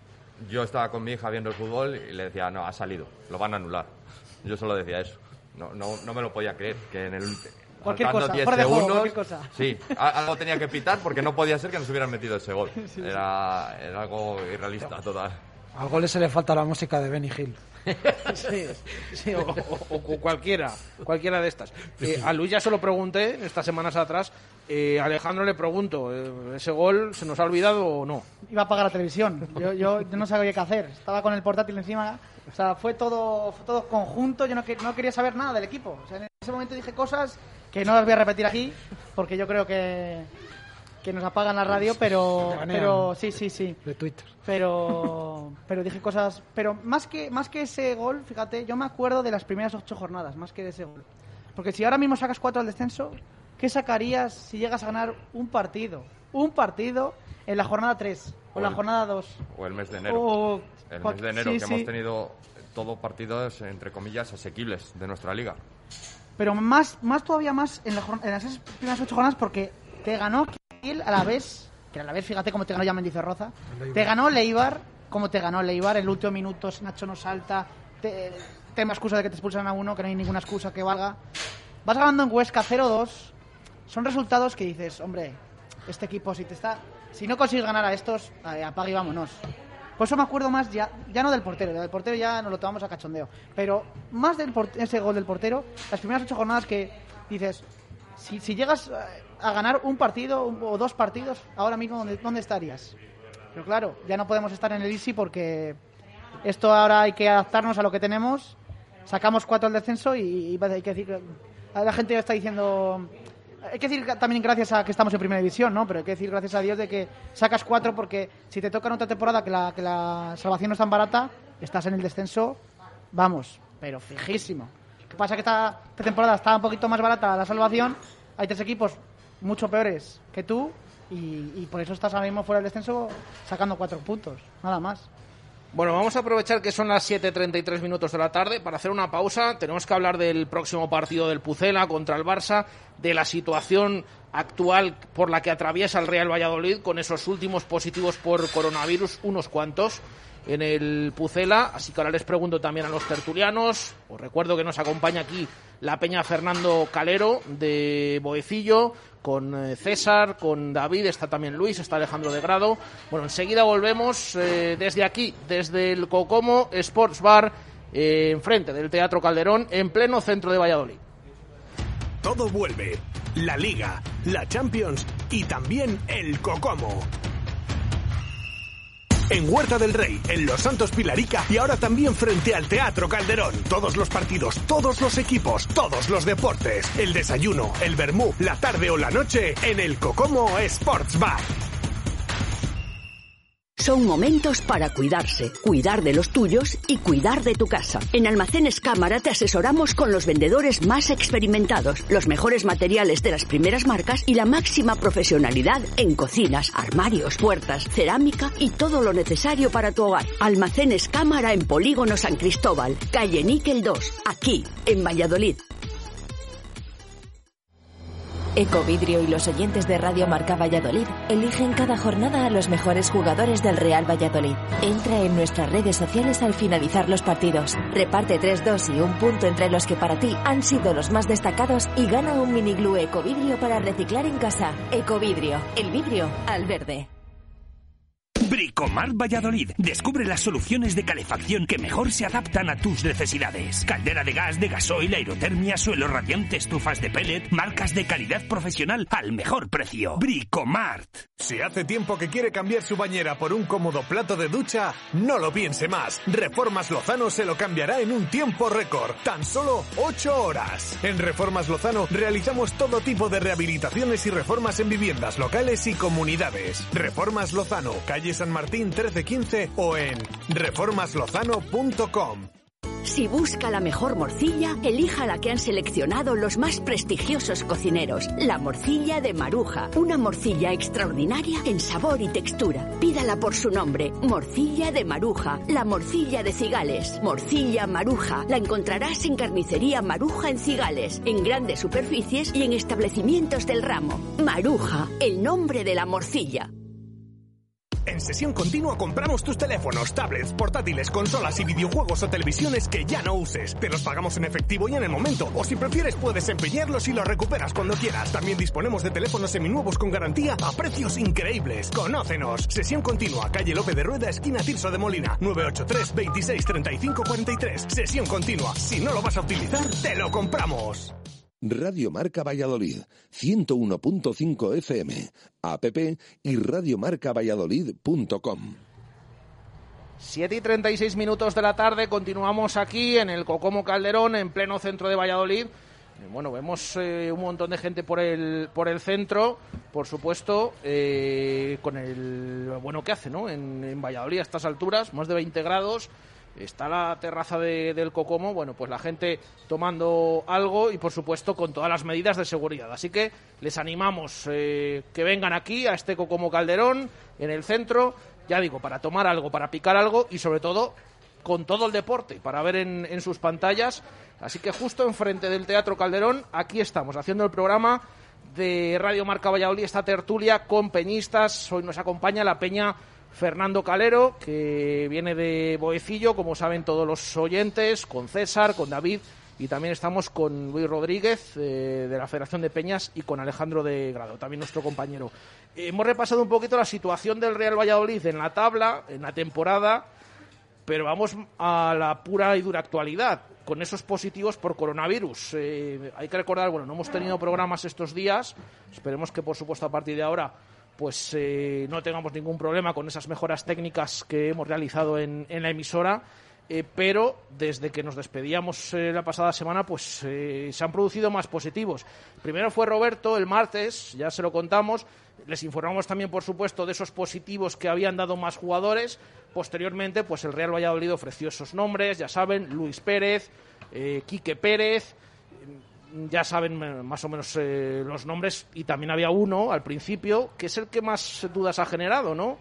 yo estaba con mi hija viendo el fútbol y le decía, no, ha salido, lo van a anular. Yo solo decía eso. No, no, no me lo podía creer, que en el... Cualquier faltando cosa, diez fuera de juego, segundos, cualquier cosa. Sí, a- algo tenía que pitar porque no podía ser que nos hubieran metido ese gol. Era, era algo irrealista total. Al gol se le falta la música de Benny Hill. Sí, sí, o, o- o cualquiera, cualquiera de estas. Eh, a Luis ya se lo pregunté estas semanas atrás. Eh, a Alejandro le pregunto, eh, ¿ese gol se nos ha olvidado o no? Iba a apagar la televisión. Yo, yo, yo no sabía qué hacer. Estaba con el portátil encima. O sea, fue todo, fue todo conjunto. Yo no, que- no quería saber nada del equipo. O sea, en ese momento dije cosas que no las voy a repetir aquí porque yo creo que, que nos apagan la radio, pero, banean. pero sí, sí, sí. De Twitter. Pero, pero dije cosas. Pero más que, más que ese gol, fíjate, yo me acuerdo de las primeras ocho jornadas, más que de ese gol. Porque si ahora mismo sacas cuatro al descenso, ¿qué sacarías si llegas a ganar un partido? Un partido en la jornada tres o en la el- jornada dos. O el mes de enero. O- el cual- mes de enero, sí, que sí. hemos tenido todo partidos, entre comillas, asequibles de nuestra liga. Pero más, más todavía más en, la jor- en las esas primeras ocho jornadas porque te ganó Kiel a la vez, que a la vez fíjate cómo te ganó ya Mendizorroza, te ganó Leibar, como te ganó Leibar, el último minuto Nacho no salta, te, tema excusa de que te expulsan a uno, que no hay ninguna excusa que valga. Vas ganando en Huesca cero dos, son resultados que dices, hombre, este equipo si te está, si no consigues ganar a estos, eh, apaga y vámonos. Por eso me acuerdo más, ya, ya no del portero, del portero ya nos lo tomamos a cachondeo, pero más del por- ese gol del portero, las primeras ocho jornadas que dices, si, si llegas eh, a ganar un partido un- o dos partidos, ahora mismo, ¿dónde, ¿dónde estarías? Pero claro, ya no podemos estar en el Easy porque esto ahora hay que adaptarnos a lo que tenemos, sacamos cuatro al descenso y, y hay que decir, que- la gente ya está diciendo... Hay que decir también gracias a que estamos en primera división, ¿no? Pero hay que decir gracias a Dios de que sacas cuatro porque si te toca en otra temporada que la, que la salvación no es tan barata, estás en el descenso, vamos, pero fijísimo. Lo que pasa es que esta, esta temporada está un poquito más barata la salvación, hay tres equipos mucho peores que tú y, y por eso estás ahora mismo fuera del descenso sacando cuatro puntos, nada más. Bueno, vamos a aprovechar que son las siete treinta y tres minutos de la tarde para hacer una pausa. Tenemos que hablar del próximo partido del Pucela contra el Barça, de la situación actual por la que atraviesa el Real Valladolid con esos últimos positivos por coronavirus, unos cuantos en el Pucela. Así que ahora les pregunto también a los tertulianos. Os recuerdo que nos acompaña aquí la Peña Fernando Calero de Boecillo, con eh, César, con David, está también Luis, está Alejandro de Grado. Bueno, enseguida volvemos eh, desde aquí, desde el Cocomo Sports Bar eh, enfrente del Teatro Calderón, en pleno centro de Valladolid. Todo vuelve. La Liga, la Champions y también el Cocomo. En Huerta del Rey, en Los Santos Pilarica y ahora también frente al Teatro Calderón. Todos los partidos, todos los equipos, todos los deportes. El desayuno, el vermú, la tarde o la noche en el Cocomo Sports Bar. Son momentos para cuidarse, cuidar de los tuyos y cuidar de tu casa. En Almacenes Cámara te asesoramos con los vendedores más experimentados, los mejores materiales de las primeras marcas y la máxima profesionalidad en cocinas, armarios, puertas, cerámica y todo lo necesario para tu hogar. Almacenes Cámara en Polígono San Cristóbal, calle Níquel dos, aquí, en Valladolid. Ecovidrio y los oyentes de Radio Marca Valladolid eligen cada jornada a los mejores jugadores del Real Valladolid. Entra en nuestras redes sociales al finalizar los partidos. Reparte tres, dos y un punto entre los que para ti han sido los más destacados y gana un mini glue Ecovidrio para reciclar en casa. Ecovidrio, el vidrio al verde. Bricomart Valladolid. Descubre las soluciones de calefacción que mejor se adaptan a tus necesidades. Caldera de gas, de gasoil, aerotermia, suelo radiante, estufas de pellet, marcas de calidad profesional al mejor precio. Bricomart. Si hace tiempo que quiere cambiar su bañera por un cómodo plato de ducha, no lo piense más. Reformas Lozano se lo cambiará en un tiempo récord. Tan solo ocho horas. En Reformas Lozano realizamos todo tipo de rehabilitaciones y reformas en viviendas locales y comunidades. Reformas Lozano, calle San Martín trece quince o en reformas lozano punto com. Si busca la mejor morcilla, elija la que han seleccionado los más prestigiosos cocineros. La morcilla de Maruja. Una morcilla extraordinaria en sabor y textura. Pídala por su nombre. Morcilla de Maruja. La morcilla de Cigales. Morcilla Maruja. La encontrarás en Carnicería Maruja en Cigales, en grandes superficies y en establecimientos del ramo. Maruja, el nombre de la morcilla. En Sesión Continua compramos tus teléfonos, tablets, portátiles, consolas y videojuegos o televisiones que ya no uses. Te los pagamos en efectivo y en el momento. O si prefieres puedes empeñarlos y los recuperas cuando quieras. También disponemos de teléfonos seminuevos con garantía a precios increíbles. ¡Conócenos! Sesión Continua, calle Lope de Rueda, esquina Tirso de Molina. nueve ocho tres, veintiséis, treinta y cinco, cuarenta y tres. Sesión Continua. Si no lo vas a utilizar, te lo compramos. Radio Marca Valladolid, ciento uno punto cinco F M, app y radiomarcavalladolid punto com. siete y treinta y seis minutos de la tarde, continuamos aquí en el Cocomo Calderón, en pleno centro de Valladolid. Bueno, vemos eh, un montón de gente por el por el centro, por supuesto, eh, con el bueno que hace, ¿no? En, en Valladolid a estas alturas, más de veinte grados. Está la terraza de, del Cocomo, bueno, pues la gente tomando algo y, por supuesto, con todas las medidas de seguridad. Así que les animamos eh, que vengan aquí a este Cocomo Calderón, en el centro, ya digo, para tomar algo, para picar algo y, sobre todo, con todo el deporte, para ver en, en sus pantallas. Así que justo enfrente del Teatro Calderón, aquí estamos, haciendo el programa de Radio Marca Valladolid, esta tertulia con peñistas. Hoy nos acompaña la peña Fernando Calero, que viene de Boecillo, como saben todos los oyentes, con César, con David, y también estamos con Luis Rodríguez, eh, de la Federación de Peñas, y con Alejandro de Grado, también nuestro compañero. Eh, hemos repasado un poquito la situación del Real Valladolid en la tabla, en la temporada, pero vamos a la pura y dura actualidad, con esos positivos por coronavirus. Eh, hay que recordar, bueno, no hemos tenido programas estos días, esperemos que, por supuesto, a partir de ahora pues eh, no tengamos ningún problema con esas mejoras técnicas que hemos realizado en, en la emisora, eh, pero desde que nos despedíamos eh, la pasada semana, pues eh, se han producido más positivos. Primero fue Roberto el martes, ya se lo contamos, les informamos también, por supuesto, de esos positivos que habían dado más jugadores. Posteriormente, pues el Real Valladolid ofreció esos nombres, ya saben, Luis Pérez, eh, Quique Pérez. Ya saben más o menos eh, los nombres, y también había uno al principio que es el que más dudas ha generado, ¿no?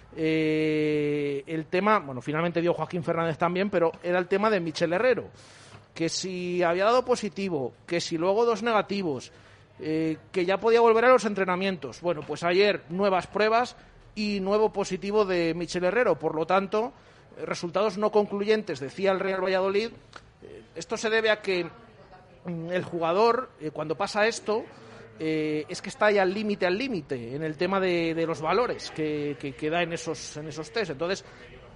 Eh, el tema, bueno, finalmente dio Joaquín Fernández también, pero era el tema de Michel Herrero, que si había dado positivo, que si luego dos negativos, eh, que ya podía volver a los entrenamientos. Bueno, pues ayer nuevas pruebas y nuevo positivo de Michel Herrero, por lo tanto, resultados no concluyentes, decía el Real Valladolid. Eh, esto se debe a que el jugador, eh, cuando pasa esto, eh, es que está ya al límite, al límite, en el tema de, de los valores que, que, que da en esos, en esos test. Entonces,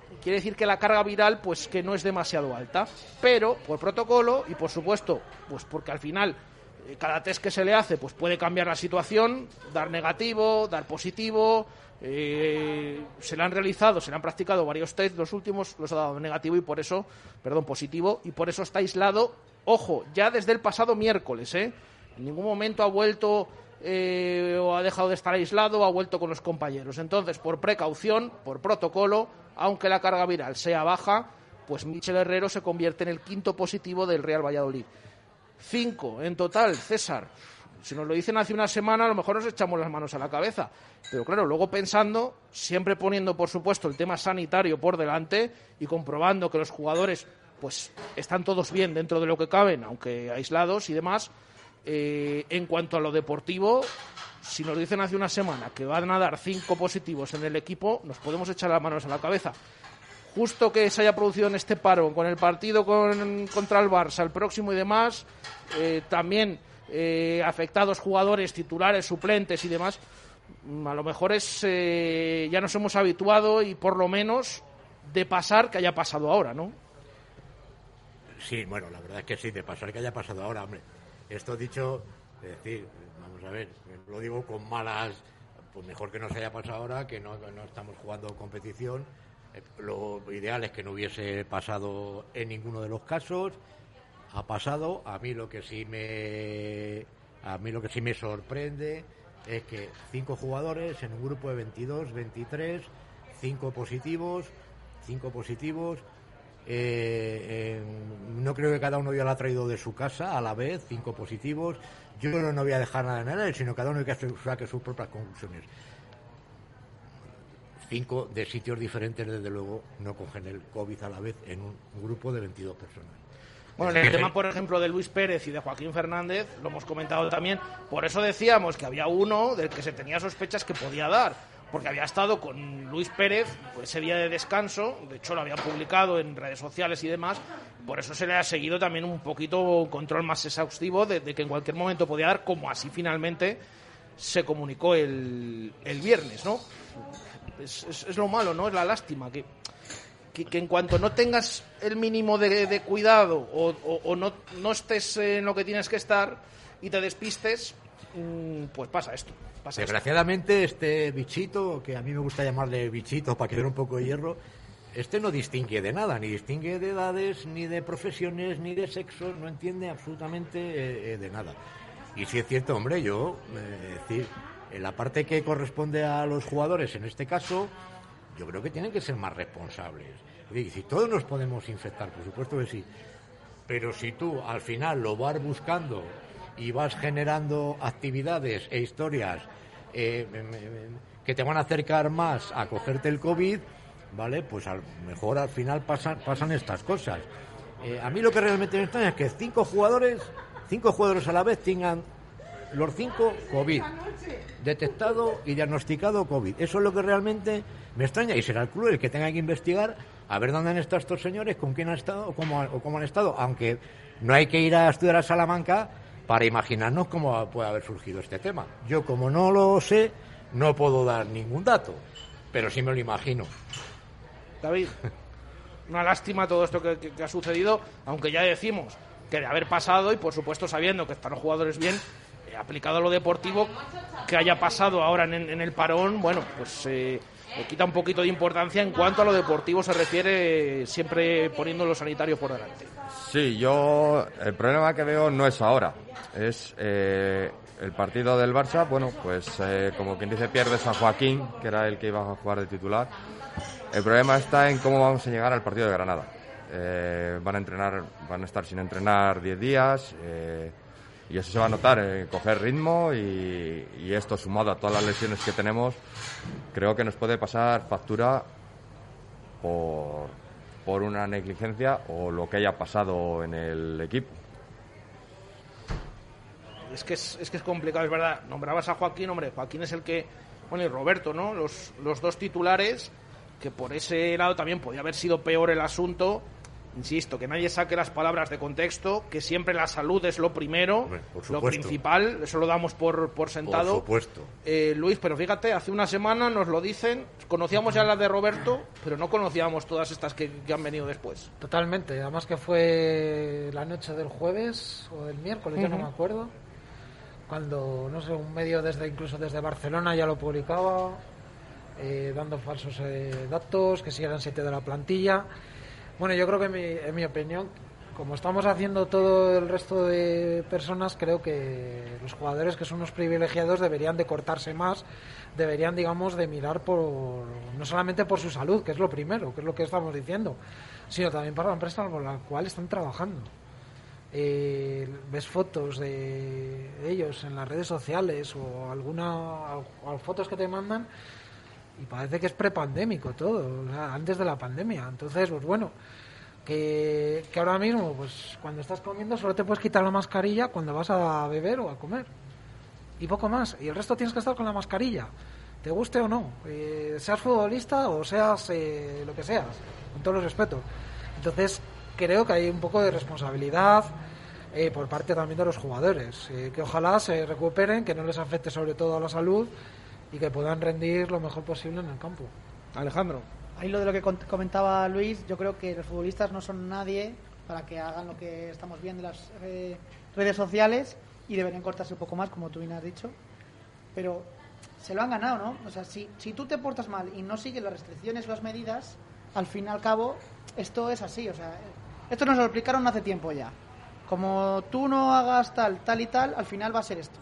quiere decir que la carga viral pues que no es demasiado alta, pero por protocolo y por supuesto pues porque al final eh, cada test que se le hace pues puede cambiar la situación, dar negativo, dar positivo. Eh, se le han realizado, se le han practicado varios test, los últimos los ha dado negativo y por eso, perdón, positivo, y por eso está aislado, ojo, ya desde el pasado miércoles, ¿eh? En ningún momento ha vuelto eh, o ha dejado de estar aislado o ha vuelto con los compañeros. Entonces, por precaución, por protocolo, aunque la carga viral sea baja, pues Michel Herrero se convierte en el quinto positivo del Real Valladolid. Cinco en total, César. Si nos lo dicen hace una semana, a lo mejor nos echamos las manos a la cabeza. Pero claro, luego pensando, siempre poniendo, por supuesto, el tema sanitario por delante y comprobando que los jugadores pues están todos bien dentro de lo que caben, aunque aislados y demás. Eh, en cuanto a lo deportivo, si nos dicen hace una semana que van a dar cinco positivos en el equipo, nos podemos echar las manos a la cabeza. Justo que se haya producido en este paro, con el partido con, contra el Barça, el próximo y demás, eh, también... Eh, afectados jugadores, titulares, suplentes y demás, a lo mejor es eh, ya nos hemos habituado y por lo menos de pasar que haya pasado ahora, ¿no? Sí, bueno, la verdad es que sí, de pasar que haya pasado ahora, hombre. Esto dicho, es decir, vamos a ver, lo digo con malas, pues mejor que no se haya pasado ahora, que no, no estamos jugando competición. Eh, lo ideal es que no hubiese pasado en ninguno de los casos. Ha pasado. A mí lo que sí me a mí lo que sí me sorprende es que cinco jugadores en un grupo de veintidós, veintitrés, cinco positivos, cinco positivos. Eh, eh, no creo que cada uno ya lo ha traído de su casa a la vez, cinco positivos. Yo no voy a dejar nada en él, sino cada uno que saque sus propias conclusiones. Cinco de sitios diferentes, desde luego, no cogen el COVID a la vez en un grupo de veintidós personas. Bueno, en el tema, por ejemplo, de Luis Pérez y de Joaquín Fernández, lo hemos comentado también, por eso decíamos que había uno del que se tenía sospechas que podía dar, porque había estado con Luis Pérez pues, ese día de descanso, de hecho lo habían publicado en redes sociales y demás, por eso se le ha seguido también un poquito un control más exhaustivo de, de que en cualquier momento podía dar, como así finalmente se comunicó el, el viernes, ¿no? Es, es, es lo malo, ¿no? Es la lástima que... Que, que en cuanto no tengas el mínimo de, de cuidado o, o, o no, no estés en lo que tienes que estar y te despistes, mmm, pues pasa esto. Pasa Desgraciadamente esto. Este bichito, que a mí me gusta llamarle bichito para que dé un poco de hierro, este no distingue de nada, ni distingue de edades, ni de profesiones, ni de sexo, no entiende absolutamente eh, de nada. Y si es cierto, hombre, yo, eh, decir, en la parte que corresponde a los jugadores, en este caso... Yo creo que tienen que ser más responsables. Y si todos nos podemos infectar, por supuesto que sí. Pero si tú al final lo vas buscando y vas generando actividades e historias eh, que te van a acercar más a cogerte el COVID, ¿vale? Pues a lo mejor al final pasan, pasan estas cosas. Eh, a mí lo que realmente me extraña es que cinco jugadores, cinco jugadores a la vez tengan los cinco COVID, detectado y diagnosticado COVID. Eso es lo que realmente me extraña, y será el club el que tenga que investigar a ver dónde han estado estos señores, con quién han estado o cómo, o cómo han estado, aunque no hay que ir a estudiar a Salamanca para imaginarnos cómo puede haber surgido este tema. Yo, como no lo sé, no puedo dar ningún dato, pero sí me lo imagino. David, una lástima todo esto que, que, que ha sucedido, aunque ya decimos que de haber pasado, y por supuesto sabiendo que están los jugadores bien, eh, aplicado a lo deportivo, que haya pasado ahora en, en el parón, bueno, pues eh, le quita un poquito de importancia en cuanto a lo deportivo se refiere, siempre poniendo lo sanitario por delante. Sí, yo el problema que veo no es ahora, es eh, el partido del Barça. Bueno, pues eh, como quien dice, pierdes a Joaquín, que era el que iba a jugar de titular. El problema está en cómo vamos a llegar al partido de Granada. Eh, van a entrenar, van a estar sin entrenar diez días, eh, y eso se va a notar, eh, coger ritmo, y, y esto sumado a todas las lesiones que tenemos, creo que nos puede pasar factura por, por una negligencia o lo que haya pasado en el equipo. Es que es, es que es complicado, es verdad. Nombrabas a Joaquín, hombre, Joaquín es el que, bueno, y Roberto, ¿no? Los, los dos titulares, que por ese lado también podía haber sido peor el asunto. insisto, que nadie saque las palabras de contexto, que siempre la salud es lo primero, Hombre, por lo supuesto. principal, eso lo damos por, por sentado. Por supuesto. Eh, Luis, pero fíjate, hace una semana nos lo dicen, conocíamos ya las de Roberto, pero no conocíamos todas estas que, que han venido después. Totalmente, además que fue la noche del jueves o del miércoles, uh-huh. ya no me acuerdo, cuando, no sé, un medio desde incluso desde Barcelona ya lo publicaba, eh, dando falsos eh, datos, que si eran siete de la plantilla. Bueno, yo creo que en mi, en mi opinión, como estamos haciendo todo el resto de personas, creo que los jugadores que son unos privilegiados deberían de cortarse más, deberían, digamos, de mirar por no solamente por su salud, que es lo primero, que es lo que estamos diciendo, sino también para la empresa por la cual están trabajando. Eh, ves fotos de ellos en las redes sociales o alguna o fotos que te mandan y parece que es prepandémico todo, o sea, antes de la pandemia. Entonces, pues bueno, que, que ahora mismo, pues cuando estás comiendo solo te puedes quitar la mascarilla cuando vas a beber o a comer y poco más, y el resto tienes que estar con la mascarilla, te guste o no, eh, seas futbolista o seas eh, lo que seas, con todos los respetos. Entonces creo que hay un poco de responsabilidad eh, por parte también de los jugadores, eh, que ojalá se recuperen, que no les afecte sobre todo a la salud y que puedan rendir lo mejor posible en el campo. Alejandro. Ahí lo de lo que comentaba Luis, yo creo que los futbolistas no son nadie para que hagan lo que estamos viendo en las eh, redes sociales y deberían cortarse un poco más, como tú bien has dicho, pero se lo han ganado, ¿no? O sea, si, si tú te portas mal y no sigues las restricciones o las medidas, al fin y al cabo esto es así, o sea, esto nos lo explicaron hace tiempo ya. Como tú no hagas tal, tal y tal, al final va a ser esto.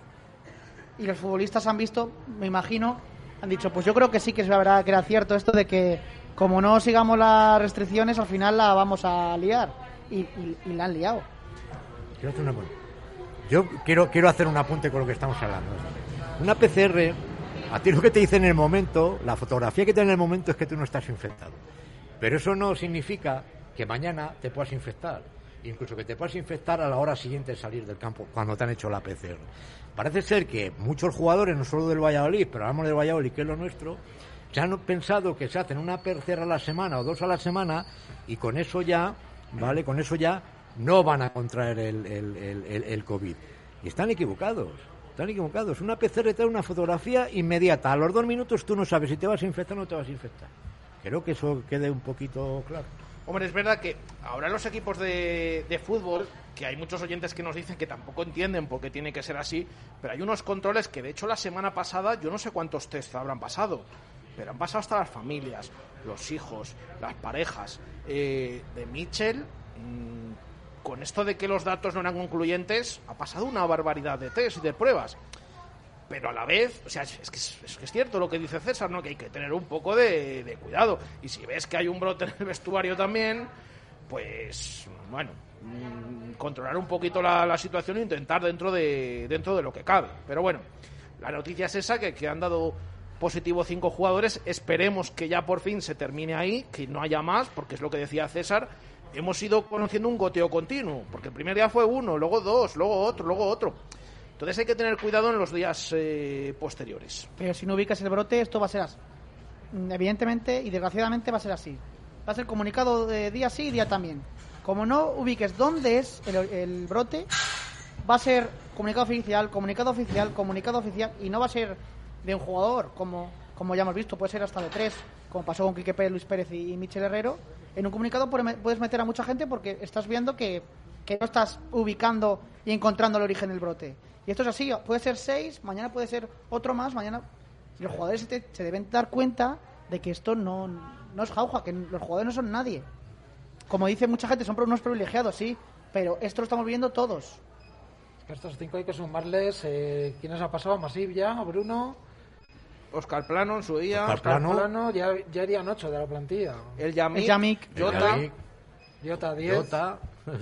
Y los futbolistas han visto, me imagino, han dicho, pues yo creo que sí que es verdad que era cierto esto de que como no sigamos las restricciones, al final la vamos a liar. Y, y, y la han liado. Quiero hacer una, yo quiero, quiero hacer un apunte con lo que estamos hablando. Una P C R, a ti lo que te dice en el momento, la fotografía que te da en el momento es que tú no estás infectado. Pero eso no significa que mañana te puedas infectar. Incluso que te puedas infectar a la hora siguiente de salir del campo, cuando te han hecho la P C R. Parece ser que muchos jugadores, no solo del Valladolid, pero hablamos del Valladolid, que es lo nuestro, se han pensado que se hacen una P C R a la semana o dos a la semana y con eso ya, ¿vale? Con eso ya no van a contraer el, el, el, el, el COVID. Y están equivocados, están equivocados. Una P C R te da una fotografía inmediata. A los dos minutos tú no sabes si te vas a infectar o no te vas a infectar. Creo que eso quede un poquito claro. Hombre, es verdad que ahora los equipos de, de fútbol, que hay muchos oyentes que nos dicen que tampoco entienden por qué tiene que ser así, pero hay unos controles que de hecho la semana pasada yo no sé cuántos test habrán pasado, pero han pasado hasta las familias, los hijos, las parejas. Eh, de Mitchell, mmm, con esto de que los datos no eran concluyentes, ha pasado una barbaridad de test y de pruebas. Pero a la vez, o sea, es que es, es que es cierto lo que dice César, ¿no? Que hay que tener un poco de, de cuidado. Y si ves que hay un brote en el vestuario también, pues, bueno, mmm, controlar un poquito la, la situación e intentar dentro de, dentro de lo que cabe. Pero bueno, la noticia es esa, que, que han dado positivo cinco jugadores. Esperemos que ya por fin se termine ahí, que no haya más, porque es lo que decía César. Hemos ido conociendo un goteo continuo, porque el primer día fue uno, luego dos, luego otro, luego otro. Entonces hay que tener cuidado en los días eh, posteriores. Pero si no ubicas el brote, esto va a ser así. Evidentemente y desgraciadamente va a ser así. Va a ser comunicado de día sí y día también. Como no ubiques dónde es el, el brote, va a ser comunicado oficial, comunicado oficial, comunicado oficial, y no va a ser de un jugador, como, como ya hemos visto, puede ser hasta de tres, como pasó con Quique Pérez, Luis Pérez y, y Michel Herrero. En un comunicado puedes meter a mucha gente porque estás viendo que, que no estás ubicando y encontrando el origen del brote. Y esto es así, puede ser seis, mañana puede ser otro más, mañana... Y los jugadores se, te, se deben dar cuenta de que esto no, no es jauja, que los jugadores no son nadie. Como dice mucha gente, son unos privilegiados, sí, pero esto lo estamos viendo todos. A estos cinco hay que sumarles, eh, ¿quiénes ha pasado? Masip ya, Bruno... Oscar Plano en su día. Oscar, Oscar Plano, Plano ya, ya irían ocho de la plantilla. El Yamik, el Yamik. Jota. Jota diez. Jota.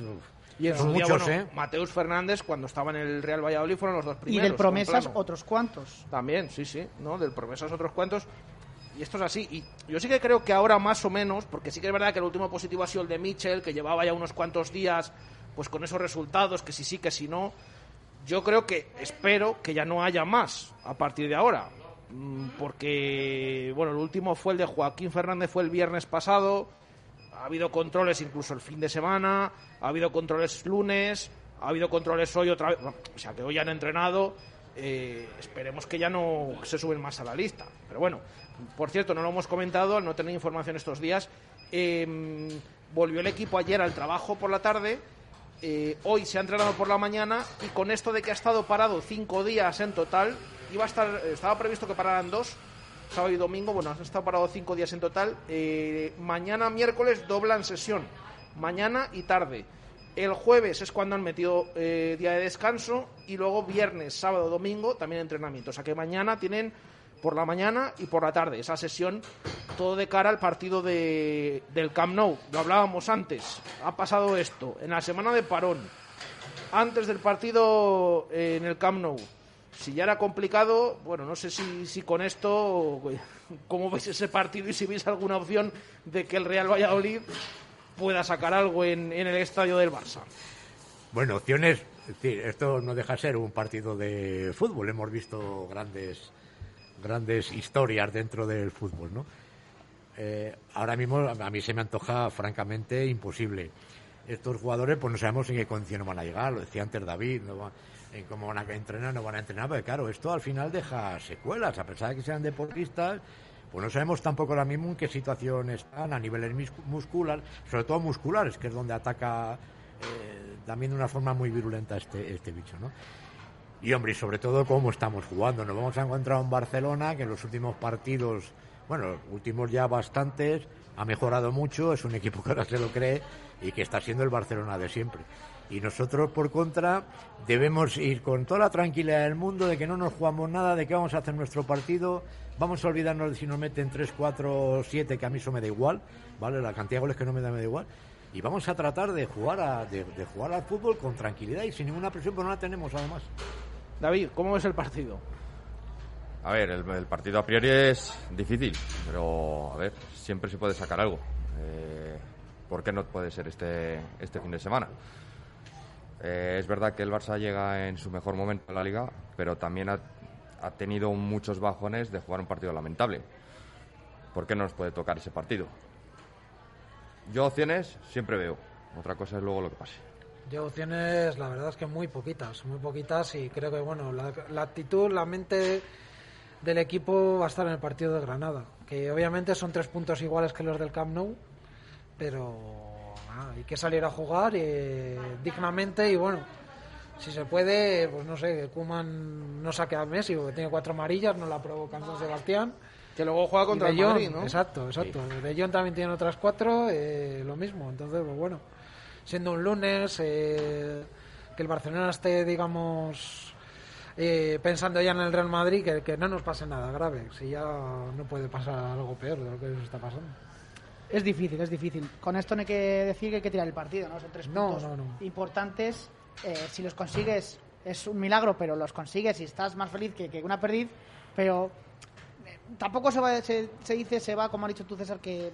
Y en son su día, muchos, bueno, ¿eh? Mateus Fernández, cuando estaba en el Real Valladolid, fueron los dos primeros. Y del Promesas otros cuantos. También, sí, sí, ¿no? Del Promesas otros cuantos. Y esto es así. Y yo sí que creo que ahora más o menos, porque sí que es verdad que el último positivo ha sido el de Mitchell, que llevaba ya unos cuantos días pues con esos resultados, que si sí, que si no. Yo creo que, espero que ya no haya más a partir de ahora. Porque, bueno, el último fue el de Joaquín Fernández, fue el viernes pasado. ha habido controles incluso el fin de semana, ha habido controles lunes, ha habido controles hoy otra vez, o sea que hoy han entrenado, eh, esperemos que ya no se suben más a la lista. Pero bueno, por cierto, no lo hemos comentado, al no tener información estos días, eh, volvió el equipo ayer al trabajo por la tarde, eh, hoy se ha entrenado por la mañana y con esto de que ha estado parado cinco días en total, iba a estar, estaba previsto que pararan dos, sábado y domingo, bueno, han estado parados cinco días en total. Eh, mañana miércoles doblan sesión, mañana y tarde. El jueves es cuando han metido eh, día de descanso y luego viernes, sábado, domingo también entrenamiento. O sea que mañana tienen por la mañana y por la tarde esa sesión, todo de cara al partido de, del Camp Nou. Lo hablábamos antes, ha pasado esto en la semana de parón, antes del partido eh, en el Camp Nou. Si ya era complicado, bueno, no sé si, si con esto, cómo veis ese partido y si veis alguna opción de que el Real Valladolid pueda sacar algo en, en el estadio del Barça. Bueno, opciones, es decir, esto no deja de ser un partido de fútbol. Hemos visto grandes, grandes historias dentro del fútbol, ¿no? Eh, ahora mismo a mí se me antoja francamente imposible. Estos jugadores, pues no sabemos en qué condiciones van a llegar, lo decía antes David, no va, en cómo van a entrenar, no van a entrenar, porque claro, esto al final deja secuelas, a pesar de que sean deportistas, pues no sabemos tampoco ahora mismo en qué situación están a niveles musculares, sobre todo musculares, que es donde ataca eh, también de una forma muy virulenta este, este bicho, ¿no? Y hombre, y sobre todo cómo estamos jugando. Nos vamos a encontrar un Barcelona que en los últimos partidos, bueno, los últimos ya bastantes, ha mejorado mucho, es un equipo que ahora se lo cree y que está siendo el Barcelona de siempre. Y nosotros, por contra, debemos ir con toda la tranquilidad del mundo de que no nos jugamos nada, de que vamos a hacer nuestro partido, vamos a olvidarnos de si nos meten tres, cuatro, siete, que a mí eso me da igual, ¿vale? La cantidad de goles que no me da me da igual. Y vamos a tratar de jugar a, de, de jugar al fútbol con tranquilidad y sin ninguna presión, pero no la tenemos además. David, ¿cómo ves el partido? A ver, el, el partido a priori es difícil, pero a ver, siempre se puede sacar algo. Eh, ¿Por qué no puede ser este, este fin de semana? Eh, es verdad que el Barça llega en su mejor momento en la Liga, pero también ha, ha tenido muchos bajones de jugar un partido lamentable. ¿Por qué no nos puede tocar ese partido? Yo opciones siempre veo. Otra cosa es luego lo que pase. Yo opciones, la verdad es que muy poquitas, muy poquitas y creo que bueno, la, la actitud, la mente del equipo va a estar en el partido de Granada, que obviamente son tres puntos iguales que los del Camp Nou, pero ah, hay que salir a jugar eh, dignamente y bueno, si se puede, pues no sé, que Koeman no saque a Messi porque tiene cuatro amarillas, no la provoca San Sebastián. Que luego juega contra el Madrid, ¿no? Exacto, exacto. Sí. De Jong también tiene otras cuatro, eh, lo mismo. Entonces, pues bueno, siendo un lunes, eh, que el Barcelona esté, digamos, eh, pensando ya en el Real Madrid, que, que no nos pase nada grave. Si ya no puede pasar algo peor de lo que nos está pasando. Es difícil, es difícil. Con esto no hay que decir que hay que tirar el partido, ¿no? Son tres no, puntos no, no. importantes. Eh, si los consigues, es un milagro, pero los consigues y estás más feliz que, que una perdiz. Pero eh, tampoco se, va, se, se dice, se va, como has dicho tú, César, que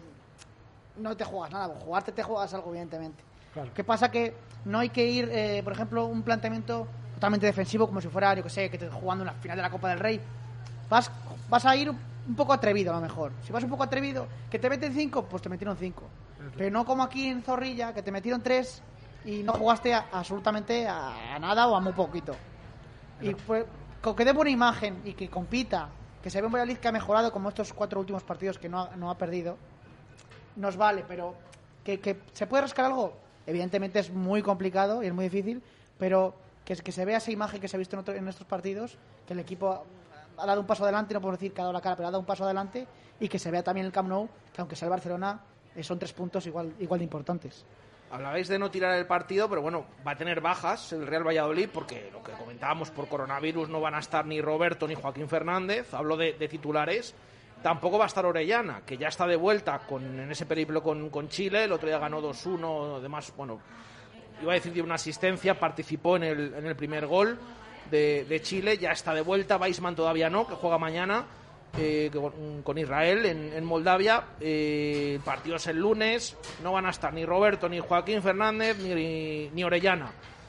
no te juegas nada. Jugarte te juegas algo, evidentemente. Claro. ¿Qué pasa? Que no hay que ir, eh, por ejemplo, un planteamiento totalmente defensivo, como si fuera, yo que sé, que te jugando en la final de la Copa del Rey. Vas, vas a ir un poco atrevido, a lo mejor. Si vas un poco atrevido, que te meten cinco, pues te metieron cinco. Pero no como aquí en Zorrilla, que te metieron tres y no jugaste a, absolutamente a, a nada o a muy poquito. Y pues, con que dé buena imagen y que compita, que se ve un Valladolid que ha mejorado como estos cuatro últimos partidos que no ha, no ha perdido, nos vale, pero que, que se puede rascar algo. Evidentemente es muy complicado y es muy difícil, pero que, que se vea esa imagen que se ha visto en, otro, en estos partidos, que el equipo ha dado un paso adelante, no puedo decir que ha dado la cara, pero ha dado un paso adelante, y que se vea también el Camp Nou, que aunque sea el Barcelona, eh, son tres puntos igual, igual de importantes. Hablabais de no tirar el partido, pero bueno, va a tener bajas el Real Valladolid, porque lo que comentábamos, por coronavirus no van a estar ni Roberto ni Joaquín Fernández, hablo de, de titulares. Tampoco va a estar Orellana, que ya está de vuelta con, en ese periplo con, con Chile. El otro día ganó dos uno, además, bueno, iba a decir de una asistencia, participó en el, en el primer gol de, de Chile, ya está de vuelta. Weissman todavía no, que juega mañana eh, con, con Israel en, en Moldavia. Eh, el partido es el lunes, no van a estar ni Roberto, ni Joaquín Fernández, ni, ni Orellana.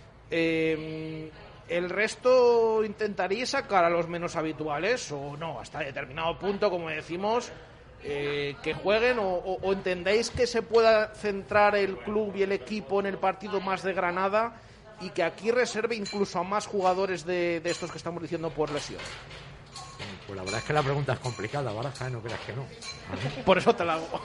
Eh, ¿El resto intentaría sacar a los menos habituales o no? Hasta determinado punto, como decimos, eh, que jueguen o, o, o entendéis que se pueda centrar el club y el equipo en el partido más de Granada y que aquí reserve incluso a más jugadores de, de estos que estamos diciendo por lesión? Pues la verdad es que la pregunta es complicada, Baraja, no creas que no. Por eso te la hago.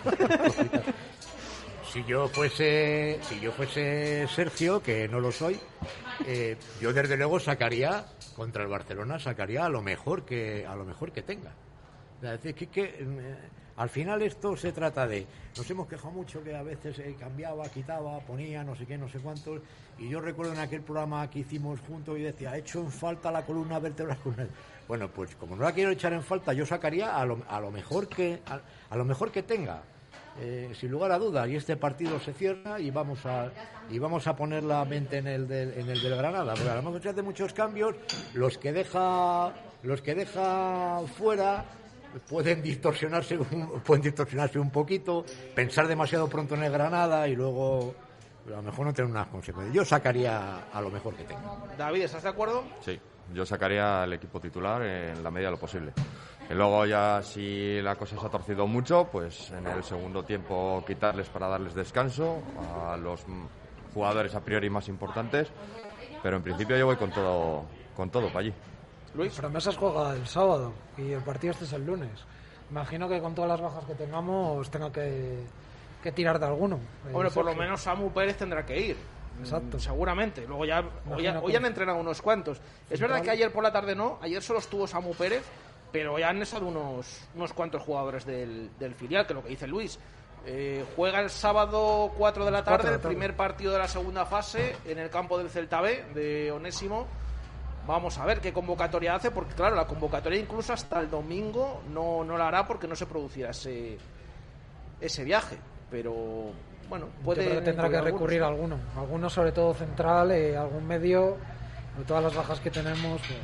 Si yo fuese, si yo fuese Sergio, que no lo soy, eh, yo desde luego sacaría contra el Barcelona, sacaría a lo mejor que a lo mejor que tenga. Es decir, que, que eh, al final esto se trata de, nos hemos quejado mucho que a veces eh, cambiaba, quitaba, ponía, no sé qué, no sé cuántos, y yo recuerdo en aquel programa que hicimos juntos y decía, he hecho en falta la columna vertebral con él. Bueno, pues como no la quiero echar en falta, yo sacaría a lo, a lo mejor que a, a lo mejor que tenga. Eh, sin lugar a dudas, y este partido se cierra y vamos a y vamos a poner la mente en el del, en el del Granada, porque a lo mejor se hace muchos cambios, los que deja los que deja fuera pueden distorsionarse un, pueden distorsionarse un poquito, pensar demasiado pronto en el Granada y luego a lo mejor no tener unas consecuencias. Yo sacaría a lo mejor que tenga. David, ¿estás de acuerdo? Sí, yo sacaría al equipo titular en la medida de lo posible. Y luego ya si la cosa se ha torcido mucho, pues en el segundo tiempo quitarles para darles descanso a los jugadores a priori más importantes, pero en principio yo voy con todo con todo para allí. Luis. Promesas juega el sábado y el partido este es el lunes. Imagino que con todas las bajas que tengamos tenga que, que tirar de alguno. Hombre, por lo menos Samu Pérez tendrá que ir. Exacto. Seguramente. Luego ya hoy, hoy han entrenado unos cuantos. Es verdad que ayer por la tarde no, ayer solo estuvo Samu Pérez, pero ya han estado unos, unos cuantos jugadores del, del filial, que es lo que dice Luis. Eh, juega el sábado cuatro de la tarde, el primer partido de la segunda fase en el campo del Celta B de Onésimo. Vamos a ver qué convocatoria hace, porque claro, la convocatoria incluso hasta el domingo no, no la hará porque no se producirá ese, ese viaje. Pero bueno, puede. Yo creo que tendrá que recurrir a alguno, alguno sobre todo central, eh, algún medio, de todas las bajas que tenemos. Pues,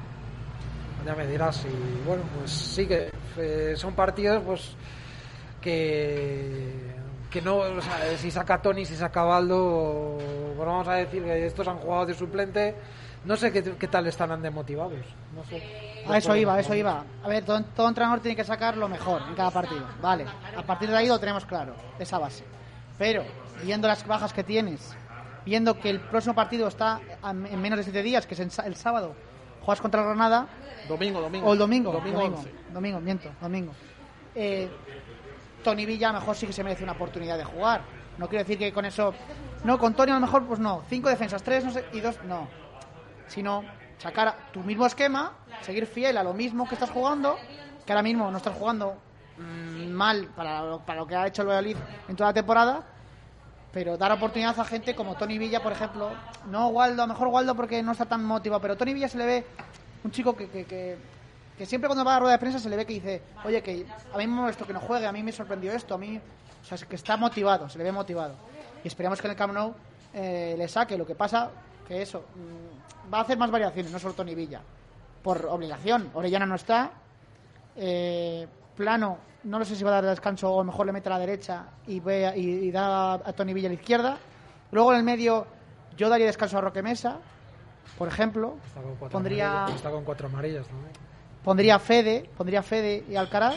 ya me dirás. Y bueno, pues sí que eh, son partidos pues que que no, o sea, si saca Toni, si saca Baldo, pues vamos a decir que estos han jugado de suplente, no sé qué, qué tal estarán de motivados, no sé. A eso iba, a eso iba. A ver, todo, todo entrenador tiene que sacar lo mejor en cada partido, vale. A partir de ahí lo tenemos claro, esa base. Pero viendo las bajas que tienes, viendo que el próximo partido está en menos de siete días, que es el sábado, juegas contra el Granada. Domingo, domingo. O el domingo. Domingo, domingo, once. domingo, miento, domingo. Eh, Toni Villa a lo mejor sí que se merece una oportunidad de jugar. No quiero decir que con eso... No, con Toni a lo mejor pues no. Cinco defensas, tres no sé, y dos no. Sino sacar tu mismo esquema, seguir fiel a lo mismo que estás jugando, que ahora mismo no estás jugando mmm, mal para lo, para lo que ha hecho el Valladolid en toda la temporada, pero dar oportunidad a gente como Toni Villa, por ejemplo. No Waldo, a lo mejor Waldo porque no está tan motivado, pero Toni Villa se le ve un chico que, que, que, que siempre cuando va a la rueda de prensa se le ve que dice, oye, que a mí me molestó que no juegue, a mí me sorprendió esto, a mí, o sea, es que está motivado, se le ve motivado. Y esperamos que en el Camp Nou eh, le saque. Lo que pasa que eso, mmm, va a hacer más variaciones, no solo Toni Villa, por obligación. Orellana no está, eh, Plano, no lo sé si va a dar descanso o mejor le mete a la derecha y, ve, y, y da a Toni Villa a la izquierda. Luego en el medio yo daría descanso a Roque Mesa, por ejemplo. Está con cuatro pondría amarillas, está con cuatro amarillas también. Pondría Fede, pondría Fede y Alcaraz.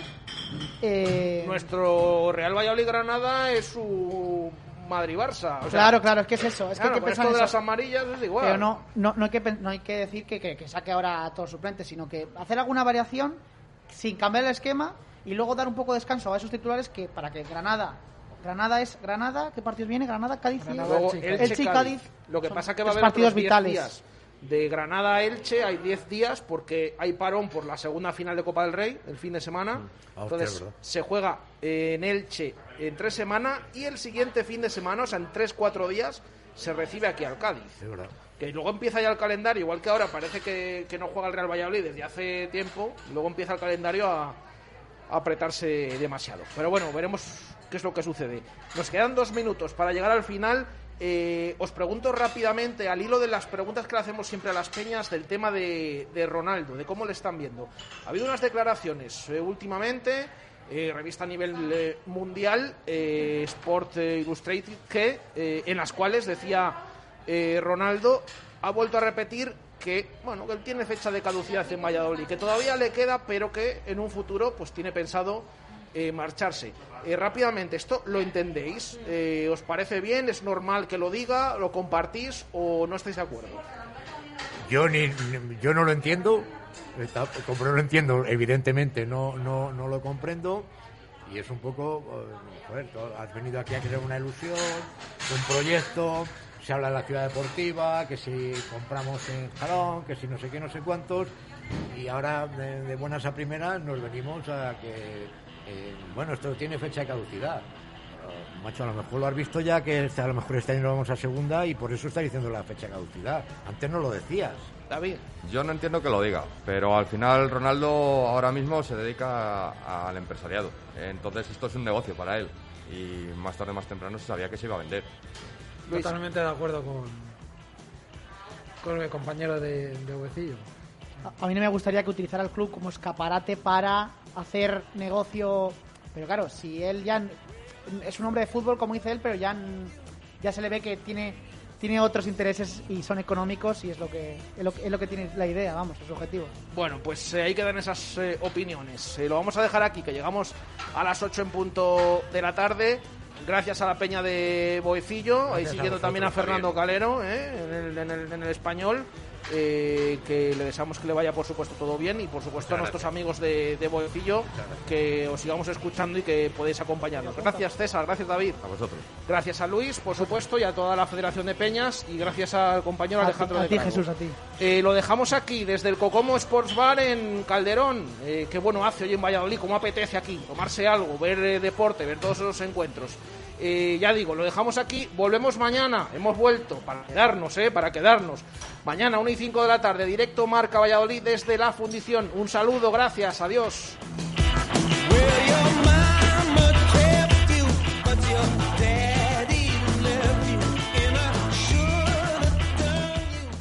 Eh... Nuestro Real Valladolid Granada es su Madrid-Barça. O sea, claro, claro, es que es eso. Es claro, que hay que pensar esto en de eso. las amarillas es igual. Pero no, no, no, hay, que, no hay que decir que, que, que saque ahora a todos los suplentes, sino que hacer alguna variación sin cambiar el esquema y luego dar un poco de descanso a esos titulares que para que Granada... Granada es Granada, ¿qué partidos viene? Granada, Cádiz y Luego, Elche, Elche, y Cádiz. Lo que pasa que va a Los haber partidos otros diez vitales. días. De Granada a Elche hay diez días porque hay parón por la segunda final de Copa del Rey el fin de semana. Ah, Entonces hostia, se juega en Elche en tres semanas y el siguiente fin de semana, o sea, en tres, cuatro días, se recibe aquí al Cádiz. Es verdad. Que luego empieza ya el calendario, igual que ahora parece que, que no juega el Real Valladolid desde hace tiempo, luego empieza el calendario a, a apretarse demasiado. Pero bueno, veremos qué es lo que sucede. Nos quedan dos minutos para llegar al final. Eh, os pregunto rápidamente, al hilo de las preguntas que le hacemos siempre a las peñas, del tema de, de Ronaldo, de cómo le están viendo. Ha habido unas declaraciones eh, últimamente, eh, revista a nivel eh, mundial, eh, Sport Illustrated, que, eh, en las cuales decía eh, Ronaldo, ha vuelto a repetir que, bueno, que él tiene fecha de caducidad en Valladolid, que todavía le queda, pero que en un futuro pues tiene pensado eh, marcharse. Eh, rápidamente, ¿esto lo entendéis? Eh, ¿Os parece bien? ¿Es normal que lo diga? ¿Lo compartís o no estáis de acuerdo? Yo ni, ni- yo no lo entiendo, está- como no lo entiendo, evidentemente no, no, no lo comprendo, y es un poco, eh, joder, tú has venido aquí a crear una ilusión, un proyecto, se habla de la ciudad deportiva, que si compramos en Jalón, que si no sé qué, no sé cuántos, y ahora de, de buenas a primeras nos venimos a que, eh, bueno, esto tiene fecha de caducidad. Pero, macho, a lo mejor lo has visto ya, que este- a lo mejor este año lo vamos a segunda y por eso está diciendo la fecha de caducidad. Antes no lo decías. David. Yo no entiendo que lo diga, pero al final Ronaldo ahora mismo se dedica a- al empresariado. Entonces esto es un negocio para él. Y más tarde, más temprano se sabía que se iba a vender. Totalmente de acuerdo con, con mi compañero de, de Huecillo. A, a mí no me gustaría que utilizara el club como escaparate para hacer negocio. Pero claro, si él ya n- es un hombre de fútbol, como dice él, pero ya, n- ya se le ve que tiene tiene otros intereses y son económicos y es lo que es lo, que- es lo que tiene la idea, vamos, es su objetivo. Bueno, pues eh, ahí quedan esas eh, opiniones. Eh, lo vamos a dejar aquí, que llegamos a las ocho en punto de la tarde. Gracias a la peña de Boecillo, ahí Gracias a siguiendo vosotros también a Fernando también. Calero, eh, en, el, en, el, en el español. Eh, que le deseamos que le vaya, por supuesto, todo bien, y por supuesto a Muchas nuestros gracias. amigos de, de Boecillo, que os sigamos escuchando y que podéis acompañarnos. Gracias, César, gracias, David. A vosotros. Gracias a Luis, por supuesto, y a toda la Federación de Peñas, y gracias al compañero A ti, Alejandro a de ti, Crago. Jesús, a ti. Eh, lo dejamos aquí, desde el Cocomo Sports Bar en Calderón. Eh, qué bueno hace hoy en Valladolid, cómo apetece aquí, tomarse algo, ver eh, deporte, ver todos esos encuentros. Eh, ya digo, lo dejamos aquí, volvemos mañana, hemos vuelto para quedarnos, eh, para quedarnos. Mañana, una y cinco de la tarde, directo Marca Valladolid desde la fundición. Un saludo, gracias, adiós. Well, your mama kept you, but your daddy left you, and I should have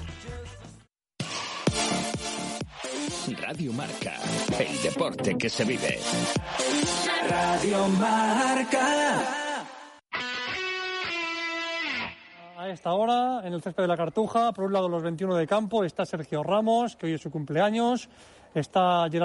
done you just. Radio Marca, el deporte que se vive. Radio Marca. A esta hora, en el césped de la Cartuja, por un lado los veintiuno de campo, está Sergio Ramos, que hoy es su cumpleaños, está Gerardo